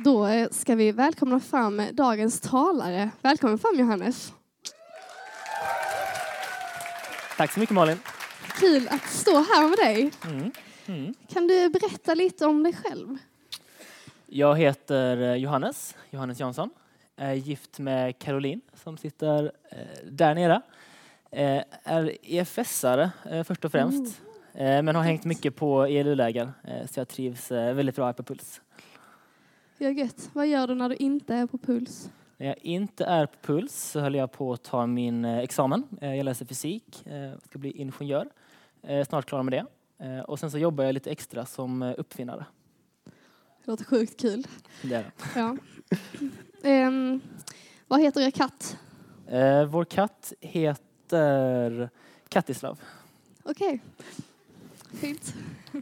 Då ska vi välkomna fram dagens talare. Välkommen fram, Johannes. Tack så mycket, Malin. Kul att stå här med dig. Mm. Kan du berätta lite om dig själv? Jag heter Johannes Jansson. Jag är gift med Caroline som sitter där nere. Är EFS-are först och främst. Men har hängt mycket på ELU-läger. Så jag trivs väldigt bra här på Puls. Ja, gött. Vad gör du när du inte är på Puls? När jag inte är på Puls så höll jag på att ta min examen. Jag läser fysik. Ska bli ingenjör. Snart klar med det. Och sen så jobbar jag lite extra som uppfinnare. Det låter sjukt kul. Det är det. Ja. Vad heter er katt? Vår katt heter Kattislav. Okej. Fint.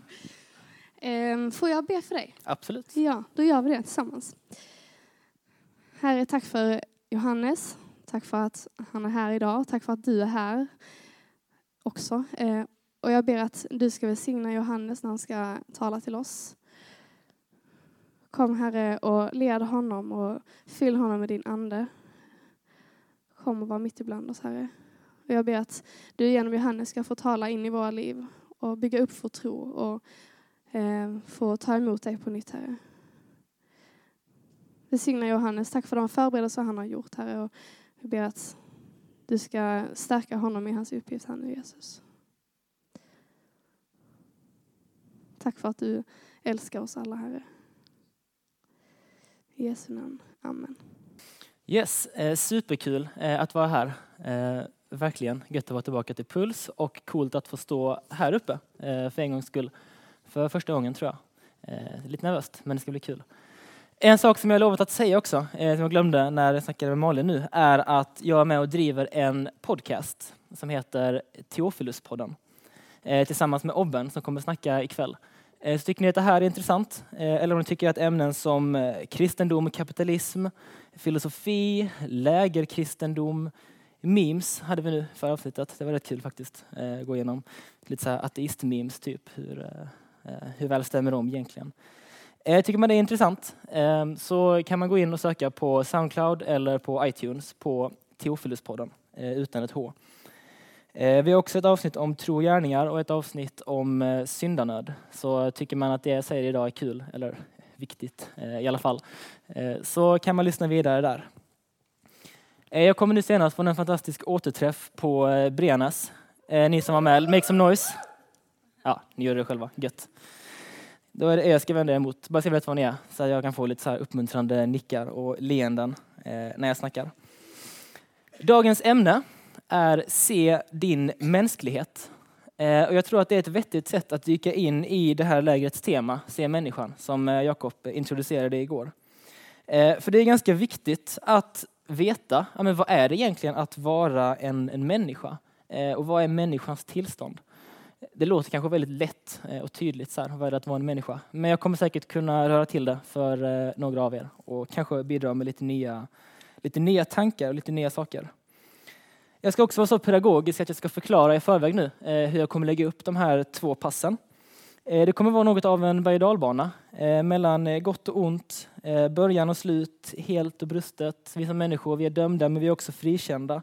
Får jag be för dig? Absolut. Ja, då gör vi det tillsammans. Herre, tack för Johannes. Tack för att han är här idag. Tack för att du är här också. Och jag ber att du ska välsigna Johannes när han ska tala till oss. Kom, Herre, och led honom och fyll honom med din ande. Kom och var mitt ibland oss, Herre. Och jag ber att du genom Johannes ska få tala in i våra liv och bygga upp vår tro och få ta emot dig på nytt, Herre. Välsigna Johannes. Tack för de förberedelser han har gjort, Herre. Och jag ber att du ska stärka honom i hans uppgift här nu, Jesus. Tack för att du älskar oss alla, Herre. I Jesu namn. Amen. Yes, superkul att vara här. Verkligen gött att vara tillbaka till Puls och coolt att få stå här uppe för en gångs skull. För första gången, tror jag. Lite nervöst, men det ska bli kul. En sak som jag lovat att säga också, som jag glömde när jag snackade med Malin nu, är att jag är med och driver en podcast som heter Teofiluspodden. Tillsammans med Obben som kommer snacka ikväll. Så tycker ni att det här är intressant? Eller om ni tycker att ämnen som kristendom, kapitalism, filosofi, lägerkristendom, memes hade vi nu för avsnittet. Det var rätt kul faktiskt. Gå igenom lite så här ateist-memes typ. Hur väl stämmer de egentligen? Tycker man det är intressant så kan man gå in och söka på SoundCloud eller på iTunes på Teofiluspodden utan ett H. Vi har också ett avsnitt om tro och gärningar och ett avsnitt om syndanöd. Så tycker man att det jag säger idag är kul, eller viktigt i alla fall, så kan man lyssna vidare där. Jag kommer nu senast från en fantastisk återträff på Brenas. Ni som var med, make some noise. Ja, ni gör det själva, gött. Då är det jag ska vända er emot, bara se vad ni är, så att jag kan få lite så här uppmuntrande nickar och leenden när jag snackar. Dagens ämne är se din mänsklighet. Och jag tror att det är ett vettigt sätt att dyka in i det här lägrets tema, se människan, som Jakob introducerade igår. För det är ganska viktigt att veta, ja, men vad är det egentligen att vara en människa? Och vad är människans tillstånd? Det låter kanske väldigt lätt och tydligt så här, vad är det att vara en människa? Men jag kommer säkert kunna röra till det för några av er och kanske bidra med lite nya tankar och lite nya saker. Jag ska också vara så pedagogisk att jag ska förklara i förväg nu hur jag kommer lägga upp de här 2 passen. Det kommer vara något av en berg- och dalbana mellan gott och ont, början och slut, helt och brustet. Vi som människor, vi är dömda men vi är också frikända.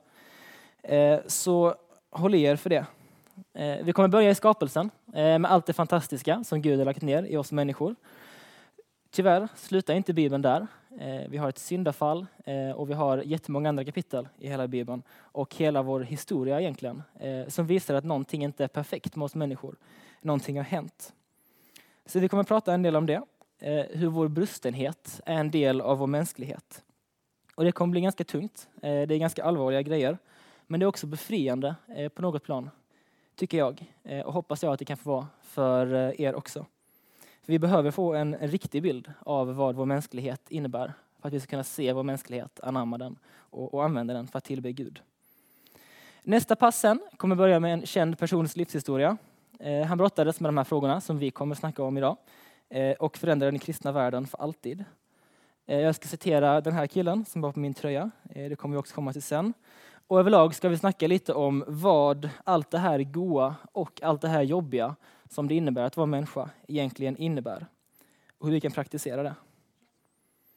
Så håll er för det. Vi kommer börja i skapelsen med allt det fantastiska som Gud har lagt ner i oss människor. Tyvärr slutar inte Bibeln där. Vi har ett syndafall och vi har jättemånga andra kapitel i hela Bibeln. Och hela vår historia egentligen. Som visar att någonting inte är perfekt med oss människor. Någonting har hänt. Så vi kommer prata en del om det. Hur vår brustenhet är en del av vår mänsklighet. Och det kommer bli ganska tungt. Det är ganska allvarliga grejer. Men det är också befriande på något plan. Tycker jag. Och hoppas jag att det kan få vara för er också. Vi behöver få en riktig bild av vad vår mänsklighet innebär. För att vi ska kunna se vår mänsklighet, anamma den och använda den för att tillbe Gud. Nästa pass sen kommer börja med en känd persons livshistoria. Han brottades med de här frågorna som vi kommer snacka om idag. Och förändrade den kristna världen för alltid. Jag ska citera den här killen som var på min tröja. Det kommer vi också komma till sen. Och överlag ska vi snacka lite om vad allt det här goa och allt det här jobbiga som det innebär att vara människa egentligen innebär. Och hur vi kan praktisera det.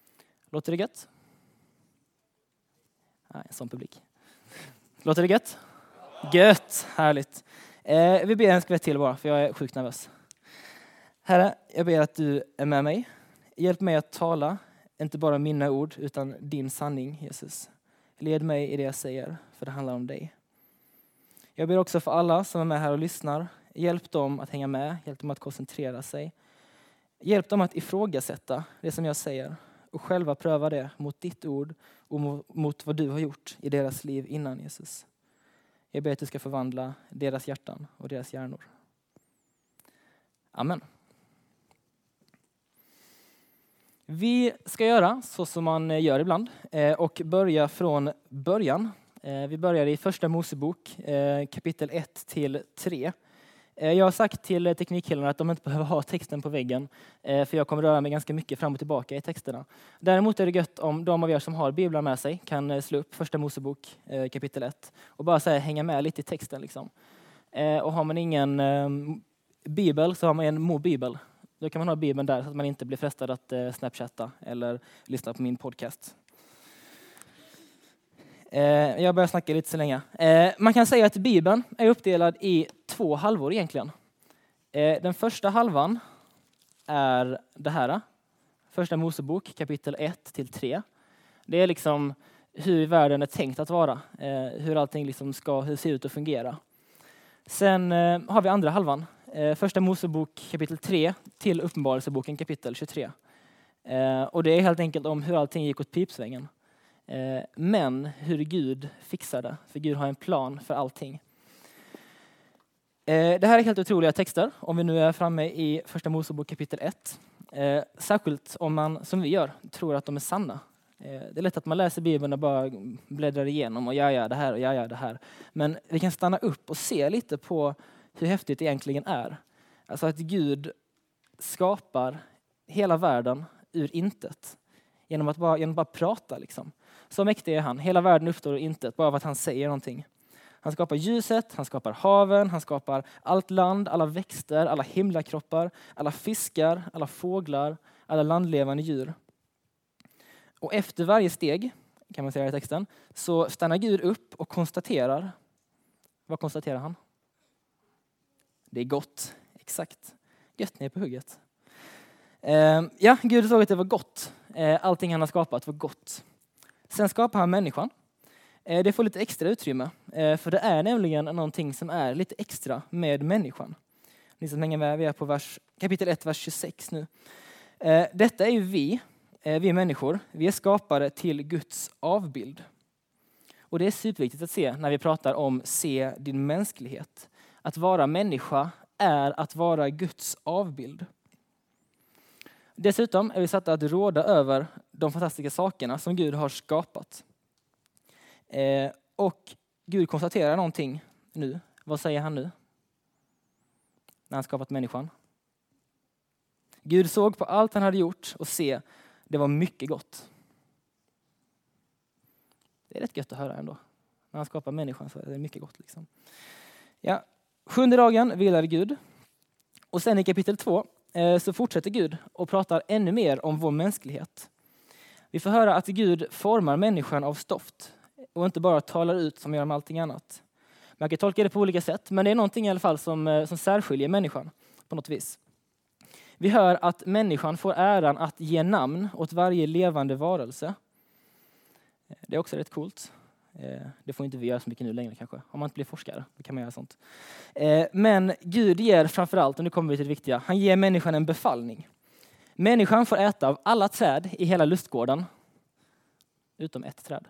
Låter det gött? Nej, en sån publik. Låter det gött? Gött, härligt. Vi ber en skvätt till bara, för jag är sjukt nervös. Herre, jag ber att du är med mig. Hjälp mig att tala, inte bara mina ord, utan din sanning, Jesus. Led mig i det jag säger, för det handlar om dig. Jag ber också för alla som är med här och lyssnar. Hjälp dem att hänga med, hjälp dem att koncentrera sig. Hjälp dem att ifrågasätta det som jag säger och själva pröva det mot ditt ord och mot vad du har gjort i deras liv innan, Jesus. Jag ber att du ska förvandla deras hjärtan och deras hjärnor. Amen. Vi ska göra så som man gör ibland och börja från början. Vi börjar i första Mosebok, kapitel 1-3. Jag har sagt till teknikkillarna att de inte behöver ha texten på väggen, för jag kommer röra mig ganska mycket fram och tillbaka i texterna. Däremot är det gött om de av er som har biblar med sig kan slå upp första Mosebok, kapitel 1 och bara så här, hänga med lite i texten. Liksom. Och har man ingen bibel så har man en mobibel. Då kan man ha bibeln där så att man inte blir frestad att snapchatta eller lyssna på min podcast. Jag börjar snacka lite så länge. Man kan säga att Bibeln är uppdelad i 2 halvor egentligen. Den första halvan är det här. Första Mosebok kapitel 1-3. Det är liksom hur världen är tänkt att vara. Hur allting liksom ska se ut och fungera. Sen har vi andra halvan. Första Mosebok kapitel 3 till Uppenbarelseboken kapitel 23. Och det är helt enkelt om hur allting gick åt pipsvängen. Men hur Gud fixar det. För Gud har en plan för allting. Det här är helt otroliga texter. Om vi nu är framme i första Mosebok kapitel 1. Särskilt om man, som vi gör, tror att de är sanna. Det är lätt att man läser Bibeln och bara bläddrar igenom. Och ja, det här och ja, det här. Men vi kan stanna upp och se lite på hur häftigt det egentligen är. Alltså att Gud skapar hela världen ur intet. Genom att bara prata liksom. Så mäktig är han. Hela världen uppstår ur intet bara av att han säger någonting. Han skapar ljuset, han skapar haven, han skapar allt land, alla växter, alla himlakroppar, alla fiskar, alla fåglar, alla landlevande djur. Och efter varje steg, kan man säga i texten, så stannar Gud upp och konstaterar. Vad konstaterar han? Det är gott, exakt. Gött, ni är på hugget. Gud såg att det var gott. Allting han har skapat var gott. Sen skapar han människan. Det får lite extra utrymme. För det är nämligen någonting som är lite extra med människan. Ni som hänger med, vi är på kapitel 1, vers 26 nu. Detta är ju vi människor. Vi är skapade till Guds avbild. Och det är superviktigt att se när vi pratar om se din mänsklighet. Att vara människa är att vara Guds avbild. Dessutom är vi satta att råda över de fantastiska sakerna som Gud har skapat. Och Gud konstaterar någonting nu. Vad säger han nu? När han skapat människan. Gud såg på allt han hade gjort och se, det var mycket gott. Det är rätt gött att höra ändå. När han skapar människan så är det mycket gott. Liksom. Ja, 7:e dagen vilade Gud. Och sen i kapitel 2 så fortsätter Gud och pratar ännu mer om vår mänsklighet. Vi får höra att Gud formar människan av stoft och inte bara talar ut som gör med allting annat. Man kan tolka det på olika sätt, men det är någonting i alla fall som särskiljer människan på något vis. Vi hör att människan får äran att ge namn åt varje levande varelse. Det är också rätt coolt. Det får inte vi göra så mycket nu längre kanske. Om man inte blir forskare, då kan man göra sånt. Men Gud ger framförallt, och nu kommer vi till det viktiga, han ger människan en befallning. Människan får äta av alla träd i hela lustgården, utom ett träd.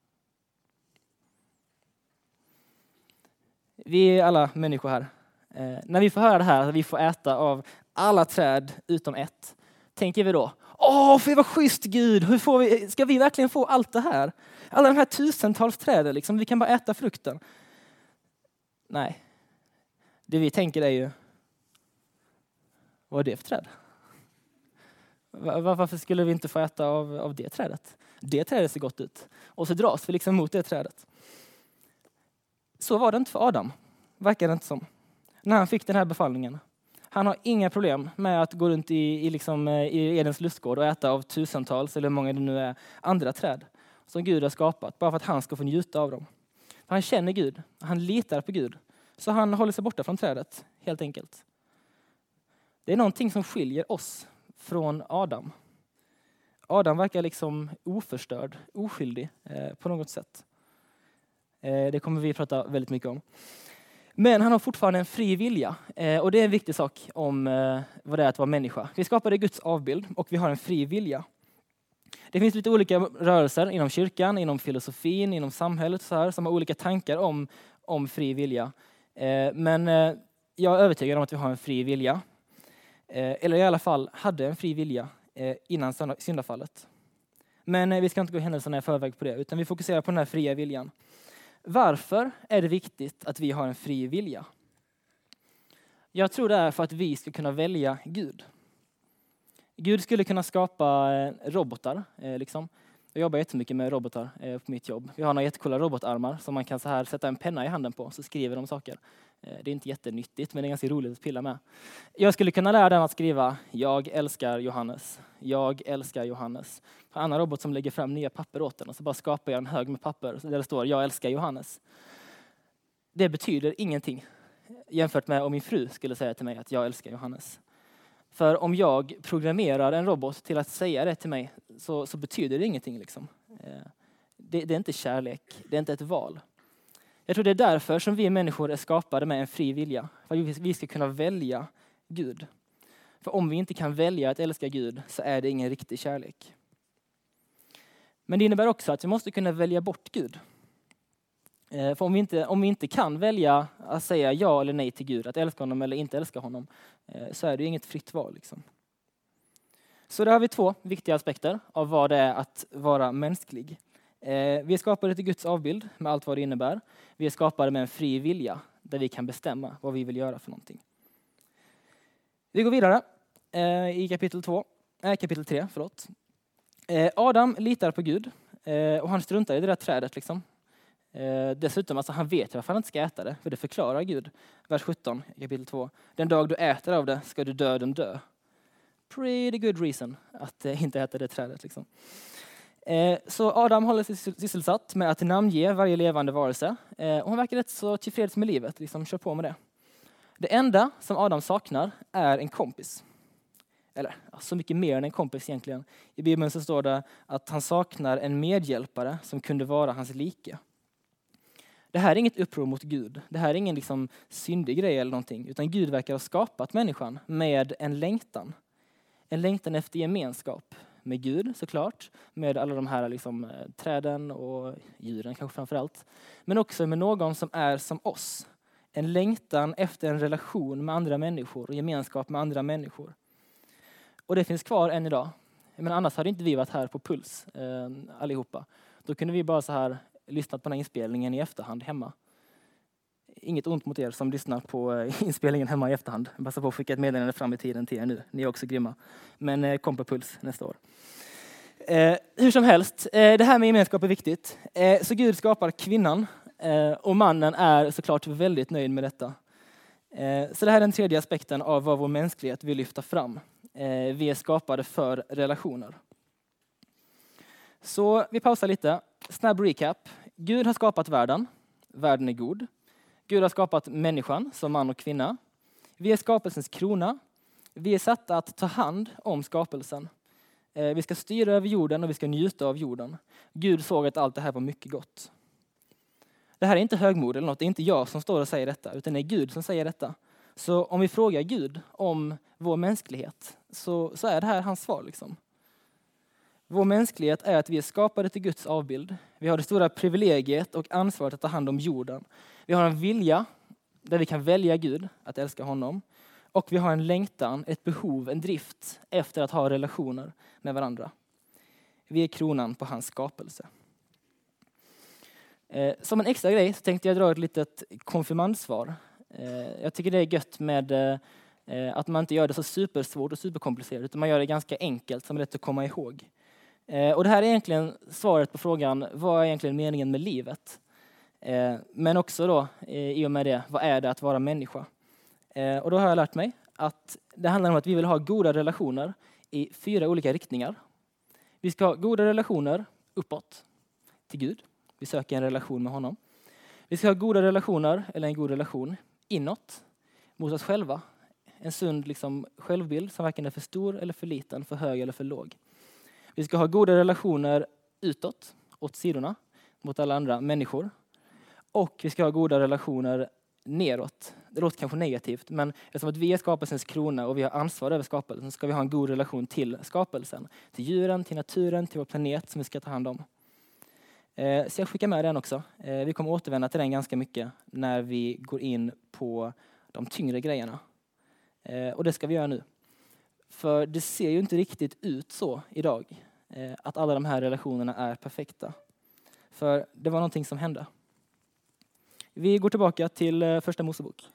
Vi är alla människor här. När vi får höra det här, att vi får äta av alla träd utom ett, tänker vi då, för vad schysst Gud, ska vi verkligen få allt det här? Alla de här tusentals träden, liksom, vi kan bara äta frukten. Nej, det vi tänker är ju, vad är det för träd? Varför skulle vi inte få äta av det trädet? Det trädet ser gott ut. Och så dras vi liksom mot det trädet. Så var det inte för Adam, verkar det inte som. När han fick den här befallningen. Han har inga problem med att gå runt i Edens lustgård och äta av tusentals, eller hur många det nu är, andra träd som Gud har skapat, bara för att han ska få njuta av dem. Han känner Gud, han litar på Gud, så han håller sig borta från trädet, helt enkelt. Det är någonting som skiljer oss från Adam. Adam verkar liksom oförstörd, oskyldig på något sätt. Det kommer vi prata väldigt mycket om. Men han har fortfarande en fri vilja. Och det är en viktig sak om vad det är att vara människa. Vi skapade Guds avbild och vi har en fri vilja. Det finns lite olika rörelser inom kyrkan, inom filosofin, inom samhället så här, som har olika tankar om fri vilja. Men jag är övertygad om att vi har en fri vilja. Eller i alla fall hade en fri vilja innan syndafallet. Men vi ska inte gå händelserna i förväg på det, utan vi fokuserar på den här fria viljan. Varför är det viktigt att vi har en fri vilja? Jag tror det är för att vi ska kunna välja Gud. Gud skulle kunna skapa robotar. Jag jobbar jättemycket med robotar på mitt jobb. Vi har några jättekola robotarmar som man kan så här sätta en penna i handen på, så skriver de saker. Det är inte jättenyttigt, men det är ganska roligt att pilla med. Jag skulle kunna lära den att skriva: jag älskar Johannes. Jag älskar Johannes. En annan robot som lägger fram nya papper åt den, och så bara skapar jag en hög med papper där det står: jag älskar Johannes. Det betyder ingenting jämfört med om min fru skulle säga till mig att jag älskar Johannes. För om jag programmerar en robot till att säga det till mig, så betyder det ingenting. Det är inte kärlek, det är inte ett val. Jag tror det är därför som vi människor är skapade med en fri vilja. För att vi ska kunna välja Gud. För om vi inte kan välja att älska Gud, så är det ingen riktig kärlek. Men det innebär också att vi måste kunna välja bort Gud. För om vi inte kan välja att säga ja eller nej till Gud, att älska honom eller inte älska honom, så är det inget fritt val. Så där har vi två viktiga aspekter av vad det är att vara mänsklig. Vi är skapade till Guds avbild med allt vad det innebär. Vi är skapade med en fri vilja där vi kan bestämma vad vi vill göra för någonting. Vi går vidare i kapitel 3. Adam litar på Gud och han struntar i det där trädet. Dessutom, han vet varför han inte ska äta det, för det förklarar Gud. Vers 17 i kapitel 2. Den dag du äter av det ska du döden dö. Pretty good reason att inte äta det trädet. Så Adam håller sig sysselsatt med att namnge varje levande varelse. Och han verkar rätt så tillfreds med livet, kör på med det. Det enda som Adam saknar är en kompis. Eller så mycket mer än en kompis egentligen. I Bibeln så står det att han saknar en medhjälpare som kunde vara hans like. Det här är inget uppror mot Gud. Det här är ingen syndig grej eller någonting. Utan Gud verkar ha skapat människan med en längtan. En längtan efter gemenskap. Med Gud såklart. Med alla de här träden och djuren kanske framförallt. Men också med någon som är som oss. En längtan efter en relation med andra människor. Och gemenskap med andra människor. Och det finns kvar än idag. Men annars hade inte vi varit här på Puls allihopa. Då kunde vi bara så här lyssnat på den här inspelningen i efterhand hemma. Inget ont mot er som lyssnar på inspelningen hemma i efterhand. Jag passar på att skicka ett meddelande fram i tiden till er nu. Ni är också grymma. Men kom på Puls nästa år. Hur som helst, det här med gemenskap är viktigt. Så Gud skapar kvinnan och mannen är såklart väldigt nöjd med detta. Så det här är den tredje aspekten av vad vår mänsklighet vill lyfta fram. Vi är skapade för relationer. Så vi pausar lite. Snabb recap. Gud har skapat världen. Världen är god. Gud har skapat människan som man och kvinna. Vi är skapelsens krona. Vi är satta att ta hand om skapelsen. Vi ska styra över jorden och vi ska njuta av jorden. Gud såg att allt det här var mycket gott. Det här är inte högmod eller något. Det är inte jag som står och säger detta, utan det är Gud som säger detta. Så om vi frågar Gud om vår mänsklighet så är det här hans svar. Vår mänsklighet är att vi är skapade till Guds avbild. Vi har det stora privilegiet och ansvaret att ta hand om jorden. Vi har en vilja där vi kan välja Gud, att älska honom. Och vi har en längtan, ett behov, en drift efter att ha relationer med varandra. Vi är kronan på hans skapelse. Som en extra grej så tänkte jag dra ett litet konfirmandsvar. Jag tycker det är gött med att man inte gör det så supersvårt och superkomplicerat, utan man gör det ganska enkelt som är lätt att komma ihåg. Och det här är egentligen svaret på frågan, vad är egentligen meningen med livet? Men också då, i och med det, vad är det att vara människa? Och då har jag lärt mig att det handlar om att vi vill ha goda relationer i 4 olika riktningar. Vi ska ha goda relationer uppåt till Gud. Vi söker en relation med honom. Vi ska ha goda relationer, eller en god relation, inåt mot oss själva. En sund självbild som varken är för stor eller för liten, för hög eller för låg. Vi ska ha goda relationer utåt, åt sidorna, mot alla andra människor. Och vi ska ha goda relationer neråt. Det låter kanske negativt, men eftersom att vi är skapelsens krona och vi har ansvar över skapelsen, så ska vi ha en god relation till skapelsen. Till djuren, till naturen, till vår planet som vi ska ta hand om. Så jag skickar med den också. Vi kommer återvända till den ganska mycket när vi går in på de tyngre grejerna. Och det ska vi göra nu. För det ser ju inte riktigt ut så idag. Att alla de här relationerna är perfekta. För det var någonting som hände. Vi går tillbaka till första Mosebok.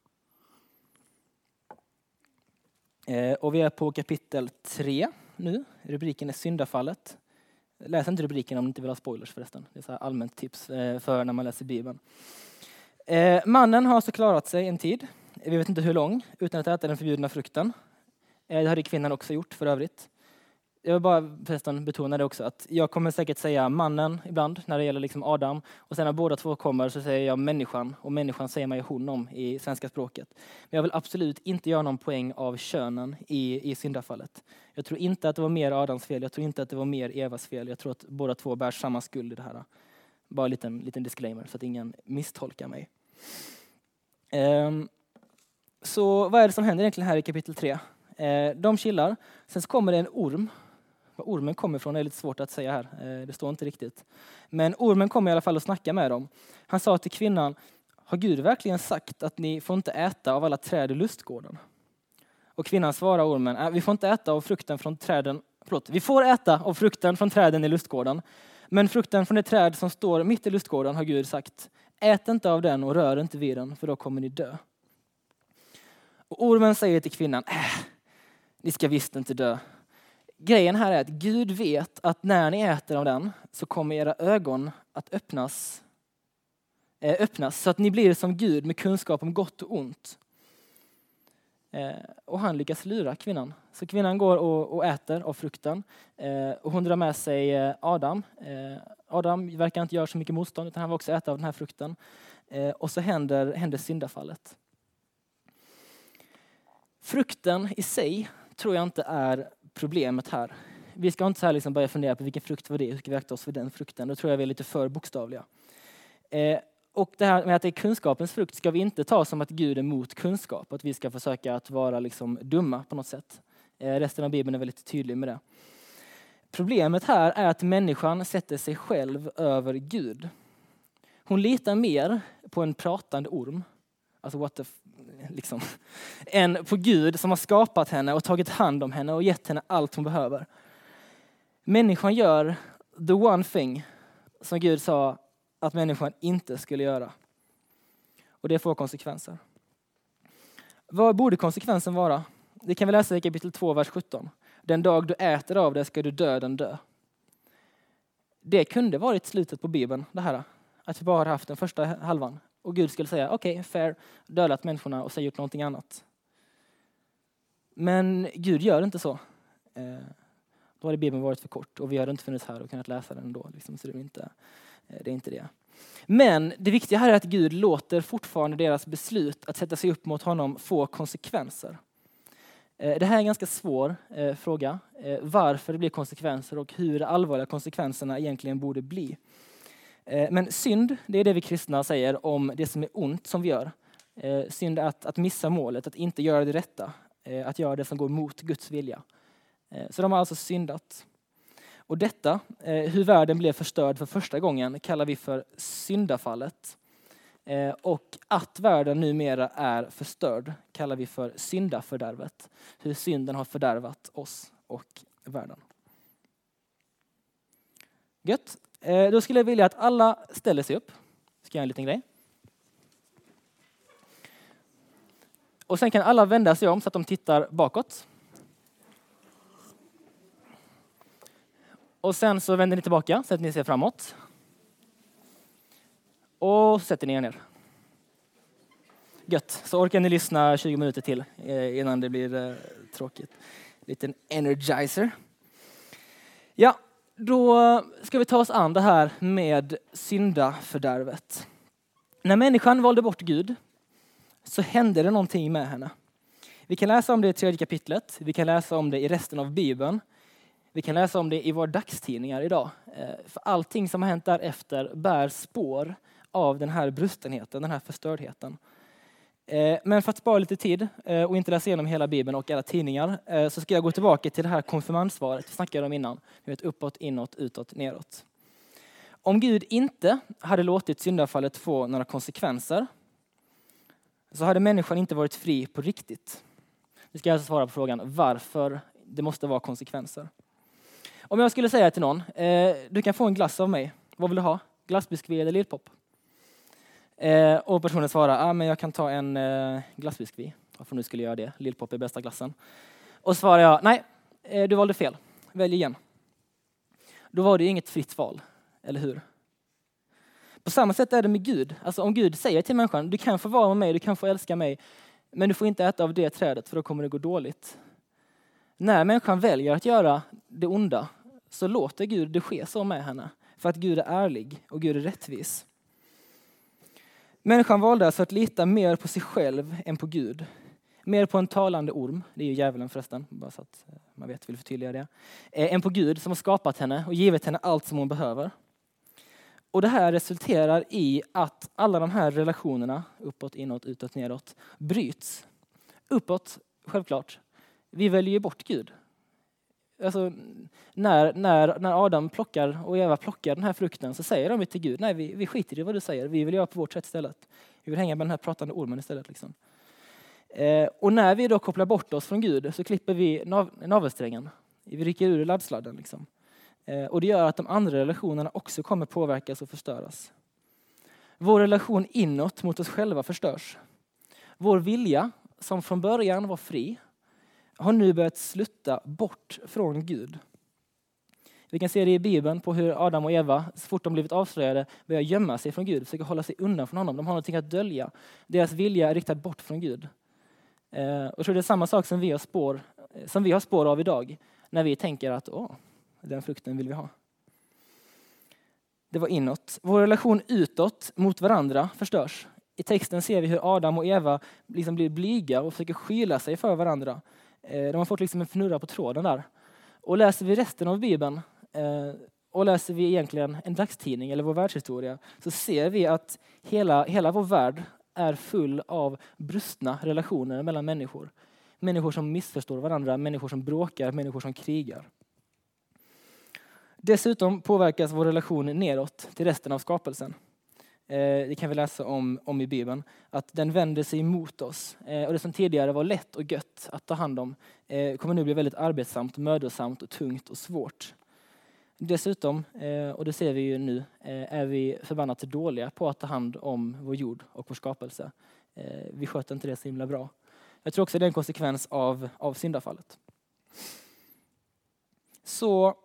Och vi är på kapitel 3 nu. Rubriken är syndafallet. Läs inte rubriken om ni inte vill ha spoilers förresten. Det är så här allmänt tips för när man läser Bibeln. Mannen har så klarat sig en tid. Vi vet inte hur lång, utan att äta den förbjudna frukten. Det hade kvinnan också gjort för övrigt. Jag vill bara förresten betona det också, att jag kommer säkert säga mannen ibland när det gäller Adam. Och sen när båda två kommer så säger jag människan. Och människan säger man ju honom i svenska språket. Men jag vill absolut inte göra någon poäng av könen i syndafallet. Jag tror inte att det var mer Adams fel. Jag tror inte att det var mer Evas fel. Jag tror att båda två bär samma skuld i det här. Bara en liten disclaimer så att ingen misstolkar mig. Så vad är det som händer egentligen här i kapitel 3? De chillar. Sen så kommer det en orm. Var ormen kommer ifrån är lite svårt att säga här. Det står inte riktigt. Men ormen kommer i alla fall att snacka med dem. Han sa till kvinnan: har Gud verkligen sagt att ni får inte äta av alla träd i lustgården? Och kvinnan svarar ormen: vi får inte äta av frukten från träden. Vi får äta av frukten från träden i lustgården. Men frukten från det träd som står mitt i lustgården har Gud sagt: ät inte av den och rör inte vid den, för då kommer ni dö. Och ormen säger till kvinnan: ni ska visst inte dö. Grejen här är att Gud vet att när ni äter av den så kommer era ögon att öppnas så att ni blir som Gud med kunskap om gott och ont. Och han lyckas lura kvinnan. Så kvinnan går och äter av frukten. Och hon drar med sig Adam. Adam verkar inte göra så mycket motstånd, utan han vill också äta av den här frukten. Och så händer syndafallet. Frukten i sig tror jag inte är problemet här. Vi ska inte så här börja fundera på vilken frukt var det, hur ska vi akta oss för den frukten. Då tror jag vi är lite för bokstavliga. Och det här med att det är kunskapens frukt ska vi inte ta som att Gud är mot kunskap. Att vi ska försöka att vara dumma på något sätt. Resten av Bibeln är väldigt tydlig med det. Problemet här är att människan sätter sig själv över Gud. Hon litar mer på en pratande orm. Alltså än på Gud som har skapat henne och tagit hand om henne och gett henne allt hon behöver. Människan gör the one thing som Gud sa att människan inte skulle göra. Och det får konsekvenser. Vad borde konsekvensen vara? Det kan vi läsa i kapitel 2, vers 17. Den dag du äter av det ska du döden dö. Det kunde varit slutet på Bibeln, det här. Att vi bara har haft den första halvan. Och Gud skulle säga, okej, fair, dödat människorna och så gjort någonting annat. Men Gud gör inte så. Då hade Bibeln varit för kort och vi hade inte funnits här och kunnat läsa den ändå. Så det är inte det. Men det viktiga här är att Gud låter fortfarande deras beslut att sätta sig upp mot honom få konsekvenser. Det här är en ganska svår fråga. Varför det blir konsekvenser och hur allvarliga konsekvenserna egentligen borde bli. Men synd, det är det vi kristna säger om det som är ont som vi gör. Synd är att missa målet, att inte göra det rätta. Att göra det som går mot Guds vilja. Så de har alltså syndat. Och detta, hur världen blev förstörd för första gången, kallar vi för syndafallet. Och att världen numera är förstörd kallar vi för syndafördärvet. Hur synden har fördärvat oss och världen. Gött. Då skulle jag vilja att alla ställer sig upp. Ska jag göra en liten grej. Och sen kan alla vända sig om så att de tittar bakåt. Och sen så vänder ni tillbaka så att ni ser framåt. Och sätter ni er ner. Gött. Så orkar ni lyssna 20 minuter till innan det blir tråkigt. Liten energizer. Ja, då ska vi ta oss an det här med syndafördärvet. När människan valde bort Gud så hände det någonting med henne. Vi kan läsa om det i 3:e kapitlet. Vi kan läsa om det i resten av Bibeln. Vi kan läsa om det i våra dagstidningar idag. För allting som har hänt därefter bär spår av den här brustenheten, den här förstördheten. Men för att spara lite tid och inte läsa igenom hela Bibeln och alla tidningar så ska jag gå tillbaka till det här konfirmandsvaret vi snackade om innan. Vi vet uppåt, inåt, utåt, neråt. Om Gud inte hade låtit syndafallet få några konsekvenser så hade människan inte varit fri på riktigt. Nu ska jag alltså svara på frågan varför det måste vara konsekvenser. Om jag skulle säga till någon, du kan få en glass av mig. Vad vill du ha? Glassbiskvi eller lillpop? Och personen svarar, men jag kan ta en glassbiskvi. Varför nu skulle jag göra det? Lillpop är bästa glassen. Och svarar jag, nej, du valde fel. Välj igen. Då var det ju inget fritt val, eller hur? På samma sätt är det med Gud. Alltså om Gud säger till människan, du kan få vara med mig, du kan få älska mig. Men du får inte äta av det trädet för då kommer det gå dåligt. När människan väljer att göra det onda så låter Gud det ske så med henne. För att Gud är ärlig och Gud är rättvis. Människan valde alltså att lita mer på sig själv än på Gud. Mer på en talande orm, det är ju djävulen förresten, bara så att man vet, vill förtydliga det. Än på Gud som har skapat henne och givit henne allt som hon behöver. Och det här resulterar i att alla de här relationerna, uppåt, inåt, utåt, neråt, bryts. Uppåt, självklart. Vi väljer bort Gud. Alltså, när Adam plockar och Eva plockar den här frukten så säger de till Gud, nej vi skiter i vad du säger, vi vill göra på vårt sätt istället. Vi vill hänga med den här pratande ormen istället. Liksom. Och när vi då kopplar bort oss från Gud så klipper vi navelsträngen. Vi rycker ur laddsladden. Liksom. Och det gör att de andra relationerna också kommer påverkas och förstöras. Vår relation inåt mot oss själva förstörs. Vår vilja, som från början var fri, har nu börjat slutta bort från Gud. Vi kan se det i Bibeln på hur Adam och Eva, så fort de blivit avslöjade, börjar gömma sig från Gud, försöker hålla sig undan från honom. De har någonting att dölja. Deras vilja är riktad bort från Gud. Och jag tror det är samma sak som vi har spår av idag, när vi tänker att den frukten vill vi ha. Det var inåt. Vår relation utåt mot varandra förstörs. I texten ser vi hur Adam och Eva liksom blir blyga och försöker skyla sig för varandra. De har fått liksom en fnurra på tråden där. Och läser vi resten av Bibeln och läser vi egentligen en dagstidning eller vår världshistoria så ser vi att hela vår värld är full av brustna relationer mellan människor. Människor som missförstår varandra, människor som bråkar, människor som krigar. Dessutom påverkas vår relation neråt till resten av skapelsen. Det kan vi läsa om i Bibeln. Att den vänder sig emot oss. Och det som tidigare var lätt och gött att ta hand om kommer nu bli väldigt arbetsamt, mödosamt och tungt och svårt. Dessutom, och det ser vi ju nu, är vi förbannat dåliga på att ta hand om vår jord och vår skapelse. Vi sköter inte det så himla bra. Jag tror också det är en konsekvens av syndafallet. Så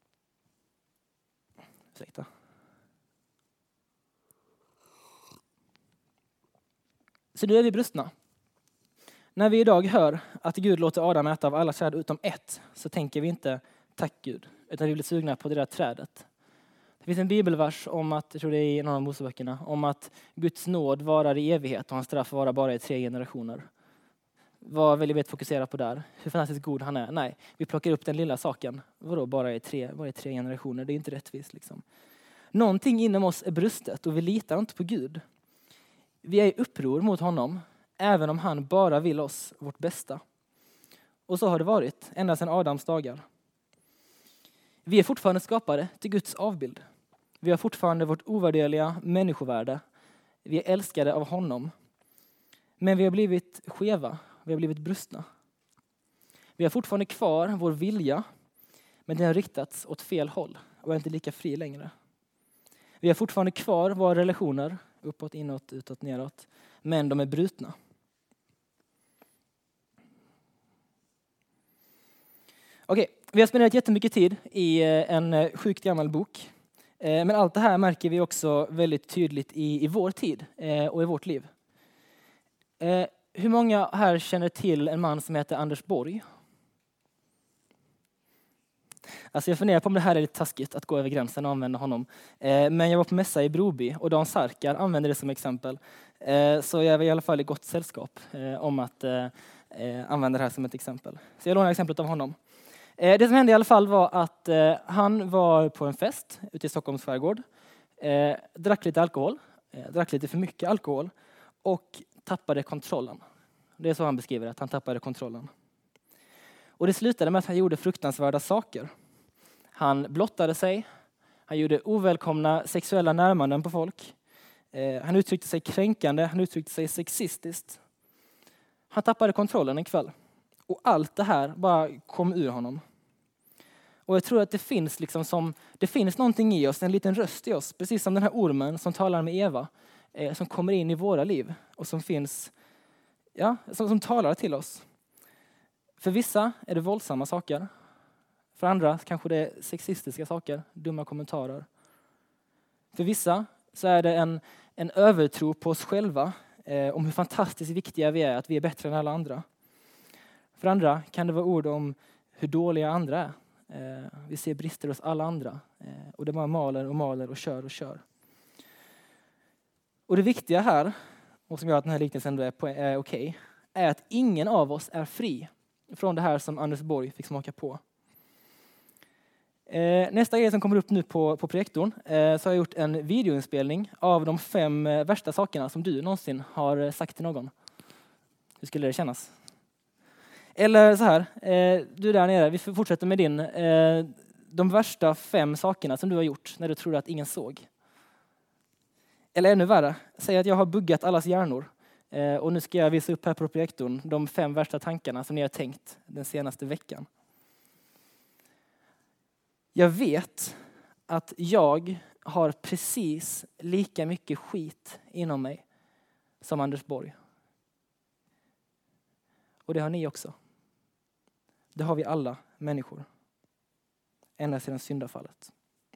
nu är vi brustna. När vi idag hör att Gud låter Adam äta av alla träd utom ett så tänker vi inte tack Gud, utan vi blir sugna på det där trädet. Det finns en bibelvers om att, jag tror det är i någon av Moseböckerna, om att Guds nåd varar i evighet och hans straff varar bara i 3 generationer. Vad väljer vi att fokusera på där? Hur fantastiskt god han är? Nej, vi plockar upp den lilla saken. Vadå bara i 3 generationer? Det är inte rättvist liksom. Någonting inom oss är brustet och vi litar inte på Gud. Vi är i uppror mot honom, även om han bara vill oss vårt bästa. Och så har det varit, ända sedan Adams dagar. Vi är fortfarande skapade till Guds avbild. Vi har fortfarande vårt ovärderliga människovärde. Vi är älskade av honom. Men vi har blivit skeva, vi har blivit brustna. Vi har fortfarande kvar vår vilja, men den har riktats åt fel håll och är inte lika fri längre. Vi har fortfarande kvar våra relationer, uppåt, inåt, utåt, neråt, men de är brutna. Okej, vi har spenderat jättemycket tid i en sjukt gammal bok. Men allt det här märker vi också väldigt tydligt i vår tid och i vårt liv. Hur många här känner till en man som heter Anders Borg? Alltså jag funderar på om det här är lite taskigt att gå över gränsen och använda honom. Men jag var på mässa i Broby och Dan Sarkar använde det som exempel. Så jag var i alla fall i gott sällskap om att använda det här som ett exempel. Så jag lånar exemplet av honom. Det som hände i alla fall var att han var på en fest ute i Stockholms skärgård. Drack lite alkohol, drack lite för mycket alkohol och tappade kontrollen. Det är så han beskriver att han tappade kontrollen. Och det slutade med att han gjorde fruktansvärda saker. Han blottade sig, han gjorde ovälkomna sexuella närmanden på folk. Han uttryckte sig kränkande, han uttryckte sig sexistiskt. Han tappade kontrollen en kväll. Och allt det här bara kom ur honom. Och jag tror att det finns någonting i oss, en liten röst i oss. Precis som den här ormen som talar med Eva. Som kommer in i våra liv och som finns, som talar till oss. För vissa är det våldsamma saker. För andra kanske det är sexistiska saker, dumma kommentarer. För vissa så är det en övertro på oss själva. Om hur fantastiskt viktiga vi är, att vi är bättre än alla andra. För andra kan det vara ord om hur dåliga andra är. Vi ser brister hos alla andra. Och det bara maler och kör. Och det viktiga här, och som gör att den här liknelsen är okej, är att ingen av oss är fri från det här som Anders Borg fick smaka på. Nästa grej som kommer upp nu på projektorn så har jag gjort en videoinspelning av de 5 värsta sakerna som du någonsin har sagt till någon. Hur skulle det kännas? Eller så här, du där nere, vi fortsätter med din. De värsta 5 sakerna som du har gjort när du trodde att ingen såg. Eller ännu värre, säg att jag har buggat allas hjärnor. Och nu ska jag visa upp här på projektorn de 5 värsta tankarna som ni har tänkt den senaste veckan. Jag vet att jag har precis lika mycket skit inom mig som Anders Borg. Och det har ni också. Det har vi alla människor. Ända sedan syndafallet.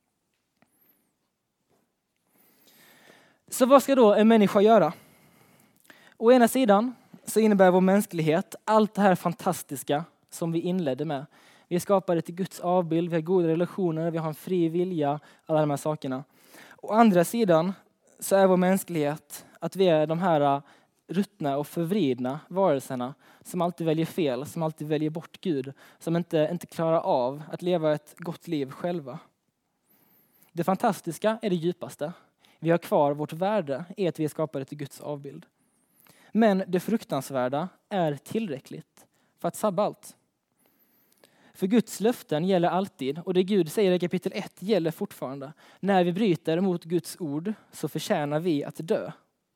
Så vad ska då en människa göra? Å ena sidan så innebär vår mänsklighet allt det här fantastiska som vi inledde med. Vi är skapade till Guds avbild, vi har goda relationer, vi har en fri vilja, alla de här sakerna. Å andra sidan så är vår mänsklighet att vi är de här ruttna och förvridna varelserna som alltid väljer fel, som alltid väljer bort Gud, som inte klarar av att leva ett gott liv själva. Det fantastiska är det djupaste. Vi har kvar vårt värde i att vi är skapade till Guds avbild. Men det fruktansvärda är tillräckligt för att sabba allt. För Guds löften gäller alltid, och det Gud säger i kapitel 1 gäller fortfarande. När vi bryter mot Guds ord så förtjänar vi att dö.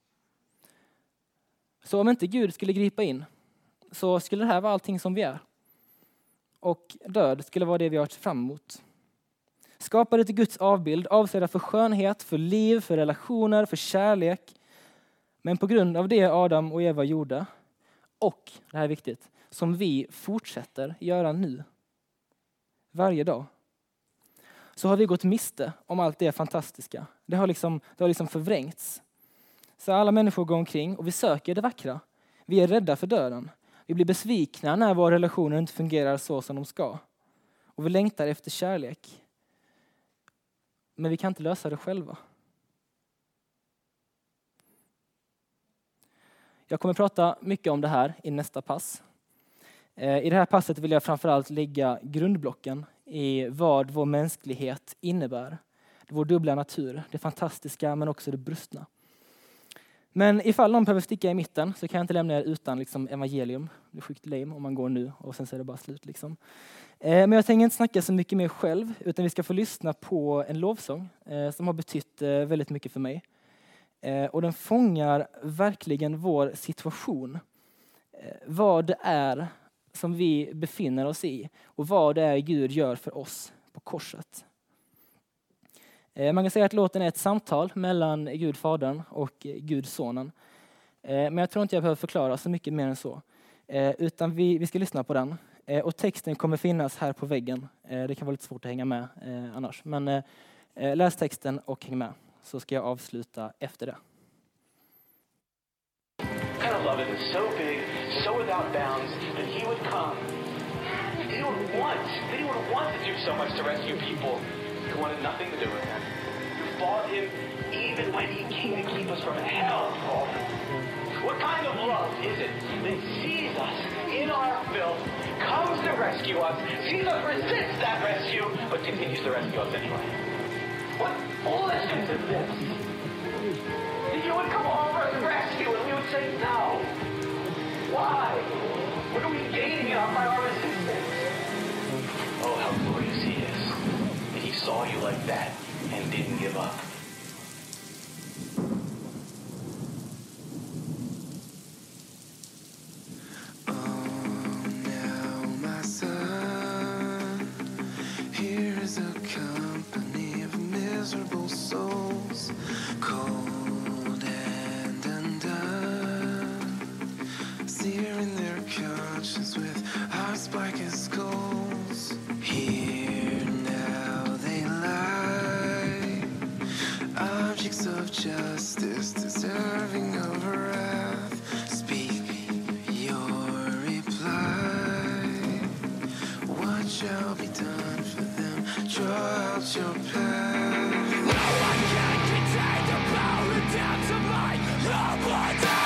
Så om inte Gud skulle gripa in så skulle det här vara allting som vi är. Och död skulle vara det vi har fram emot. Skapade till Guds avbild, avsedda för skönhet, för liv, för relationer, för kärlek. Men på grund av det Adam och Eva gjorde, och det här är viktigt, som vi fortsätter göra nu, varje dag, så har vi gått miste om allt det fantastiska. Det har liksom förvrängts. Så alla människor går omkring och vi söker det vackra. Vi är rädda för döden. Vi blir besvikna när våra relationer inte fungerar så som de ska. Och vi längtar efter kärlek. Men vi kan inte lösa det själva. Jag kommer prata mycket om det här i nästa pass. I det här passet vill jag framförallt lägga grundblocken i vad vår mänsklighet innebär. Vår dubbla natur, det fantastiska men också det brustna. Men ifall någon behöver sticka i mitten så kan jag inte lämna er utan evangelium. Det är sjukt lame om man går nu och sen så är det bara slut. Men jag tänker inte snacka så mycket mer själv, utan vi ska få lyssna på en lovsång som har betytt väldigt mycket för mig. Och den fångar verkligen vår situation. Vad det är som vi befinner oss i och vad det är Gud gör för oss på korset. Man kan säga att låten är ett samtal mellan Gud Fadern och Gud Sonen. Men jag tror inte jag behöver förklara så mycket mer än så. Utan vi ska lyssna på den. Och texten kommer finnas här på väggen. Det kan vara lite svårt att hänga med annars. Men läs texten och häng med. Så ska jag avsluta efter det. Hello, love is so big, so without bounds, that he would come. He would want to do so much to rescue people who wanted nothing to do with him. Who fought him even when he came to keep us from hell, Paul. What kind of love is it that sees us in our filth, comes to rescue us, sees us resist that rescue, but continues to rescue us anyway? What foolishness is this? That you would come offer us rescue and we would say no. Why? What are we gaining by our resistance? Oh, how glorious he is. That he saw you like that and didn't give up. Justice deserving of wrath. Speak your reply. What shall be done for them? Draw out your path. No one can contain the power down to my abundance.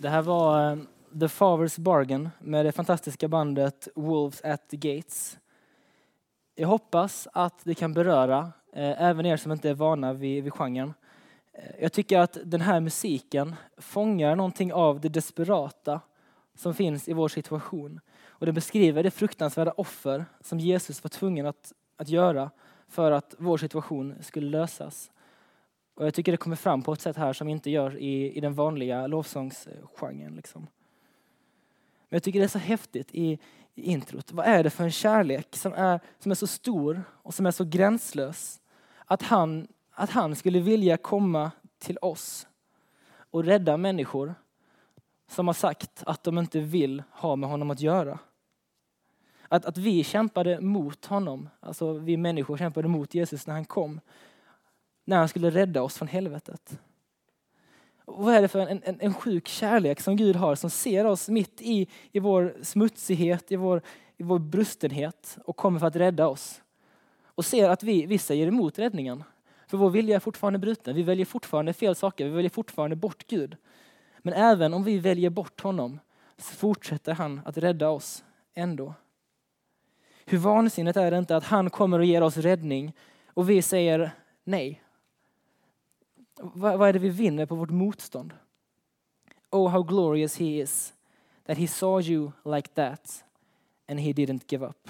Det här var The Father's Bargain med det fantastiska bandet Wolves at the Gates. Jag hoppas att det kan beröra även er som inte är vana vid genren. Jag tycker att den här musiken fångar någonting av det desperata som finns i vår situation. Och det beskriver det fruktansvärda offer som Jesus var tvungen att göra för att vår situation skulle lösas. Och jag tycker det kommer fram på ett sätt här som inte gör i den vanliga lovsångsgenren. Liksom. Men jag tycker det är så häftigt i introt. Vad är det för en kärlek som är så stor och som är så gränslös att han skulle vilja komma till oss och rädda människor som har sagt att de inte vill ha med honom att göra. Att vi kämpade mot honom, alltså vi människor kämpade mot Jesus när han kom. När han skulle rädda oss från helvetet. Och vad är det för en sjuk kärlek som Gud har som ser oss mitt i vår smutsighet, i vår brustenhet och kommer för att rädda oss. Och ser att vi säger emot räddningen. För vår vilja är fortfarande bruten. Vi väljer fortfarande fel saker. Vi väljer fortfarande bort Gud. Men även om vi väljer bort honom så fortsätter han att rädda oss ändå. Hur vansinnigt är det inte att han kommer och ger oss räddning och vi säger nej. Vad är det vi vinner på vårt motstånd? Oh, how glorious he is that he saw you like that and he didn't give up.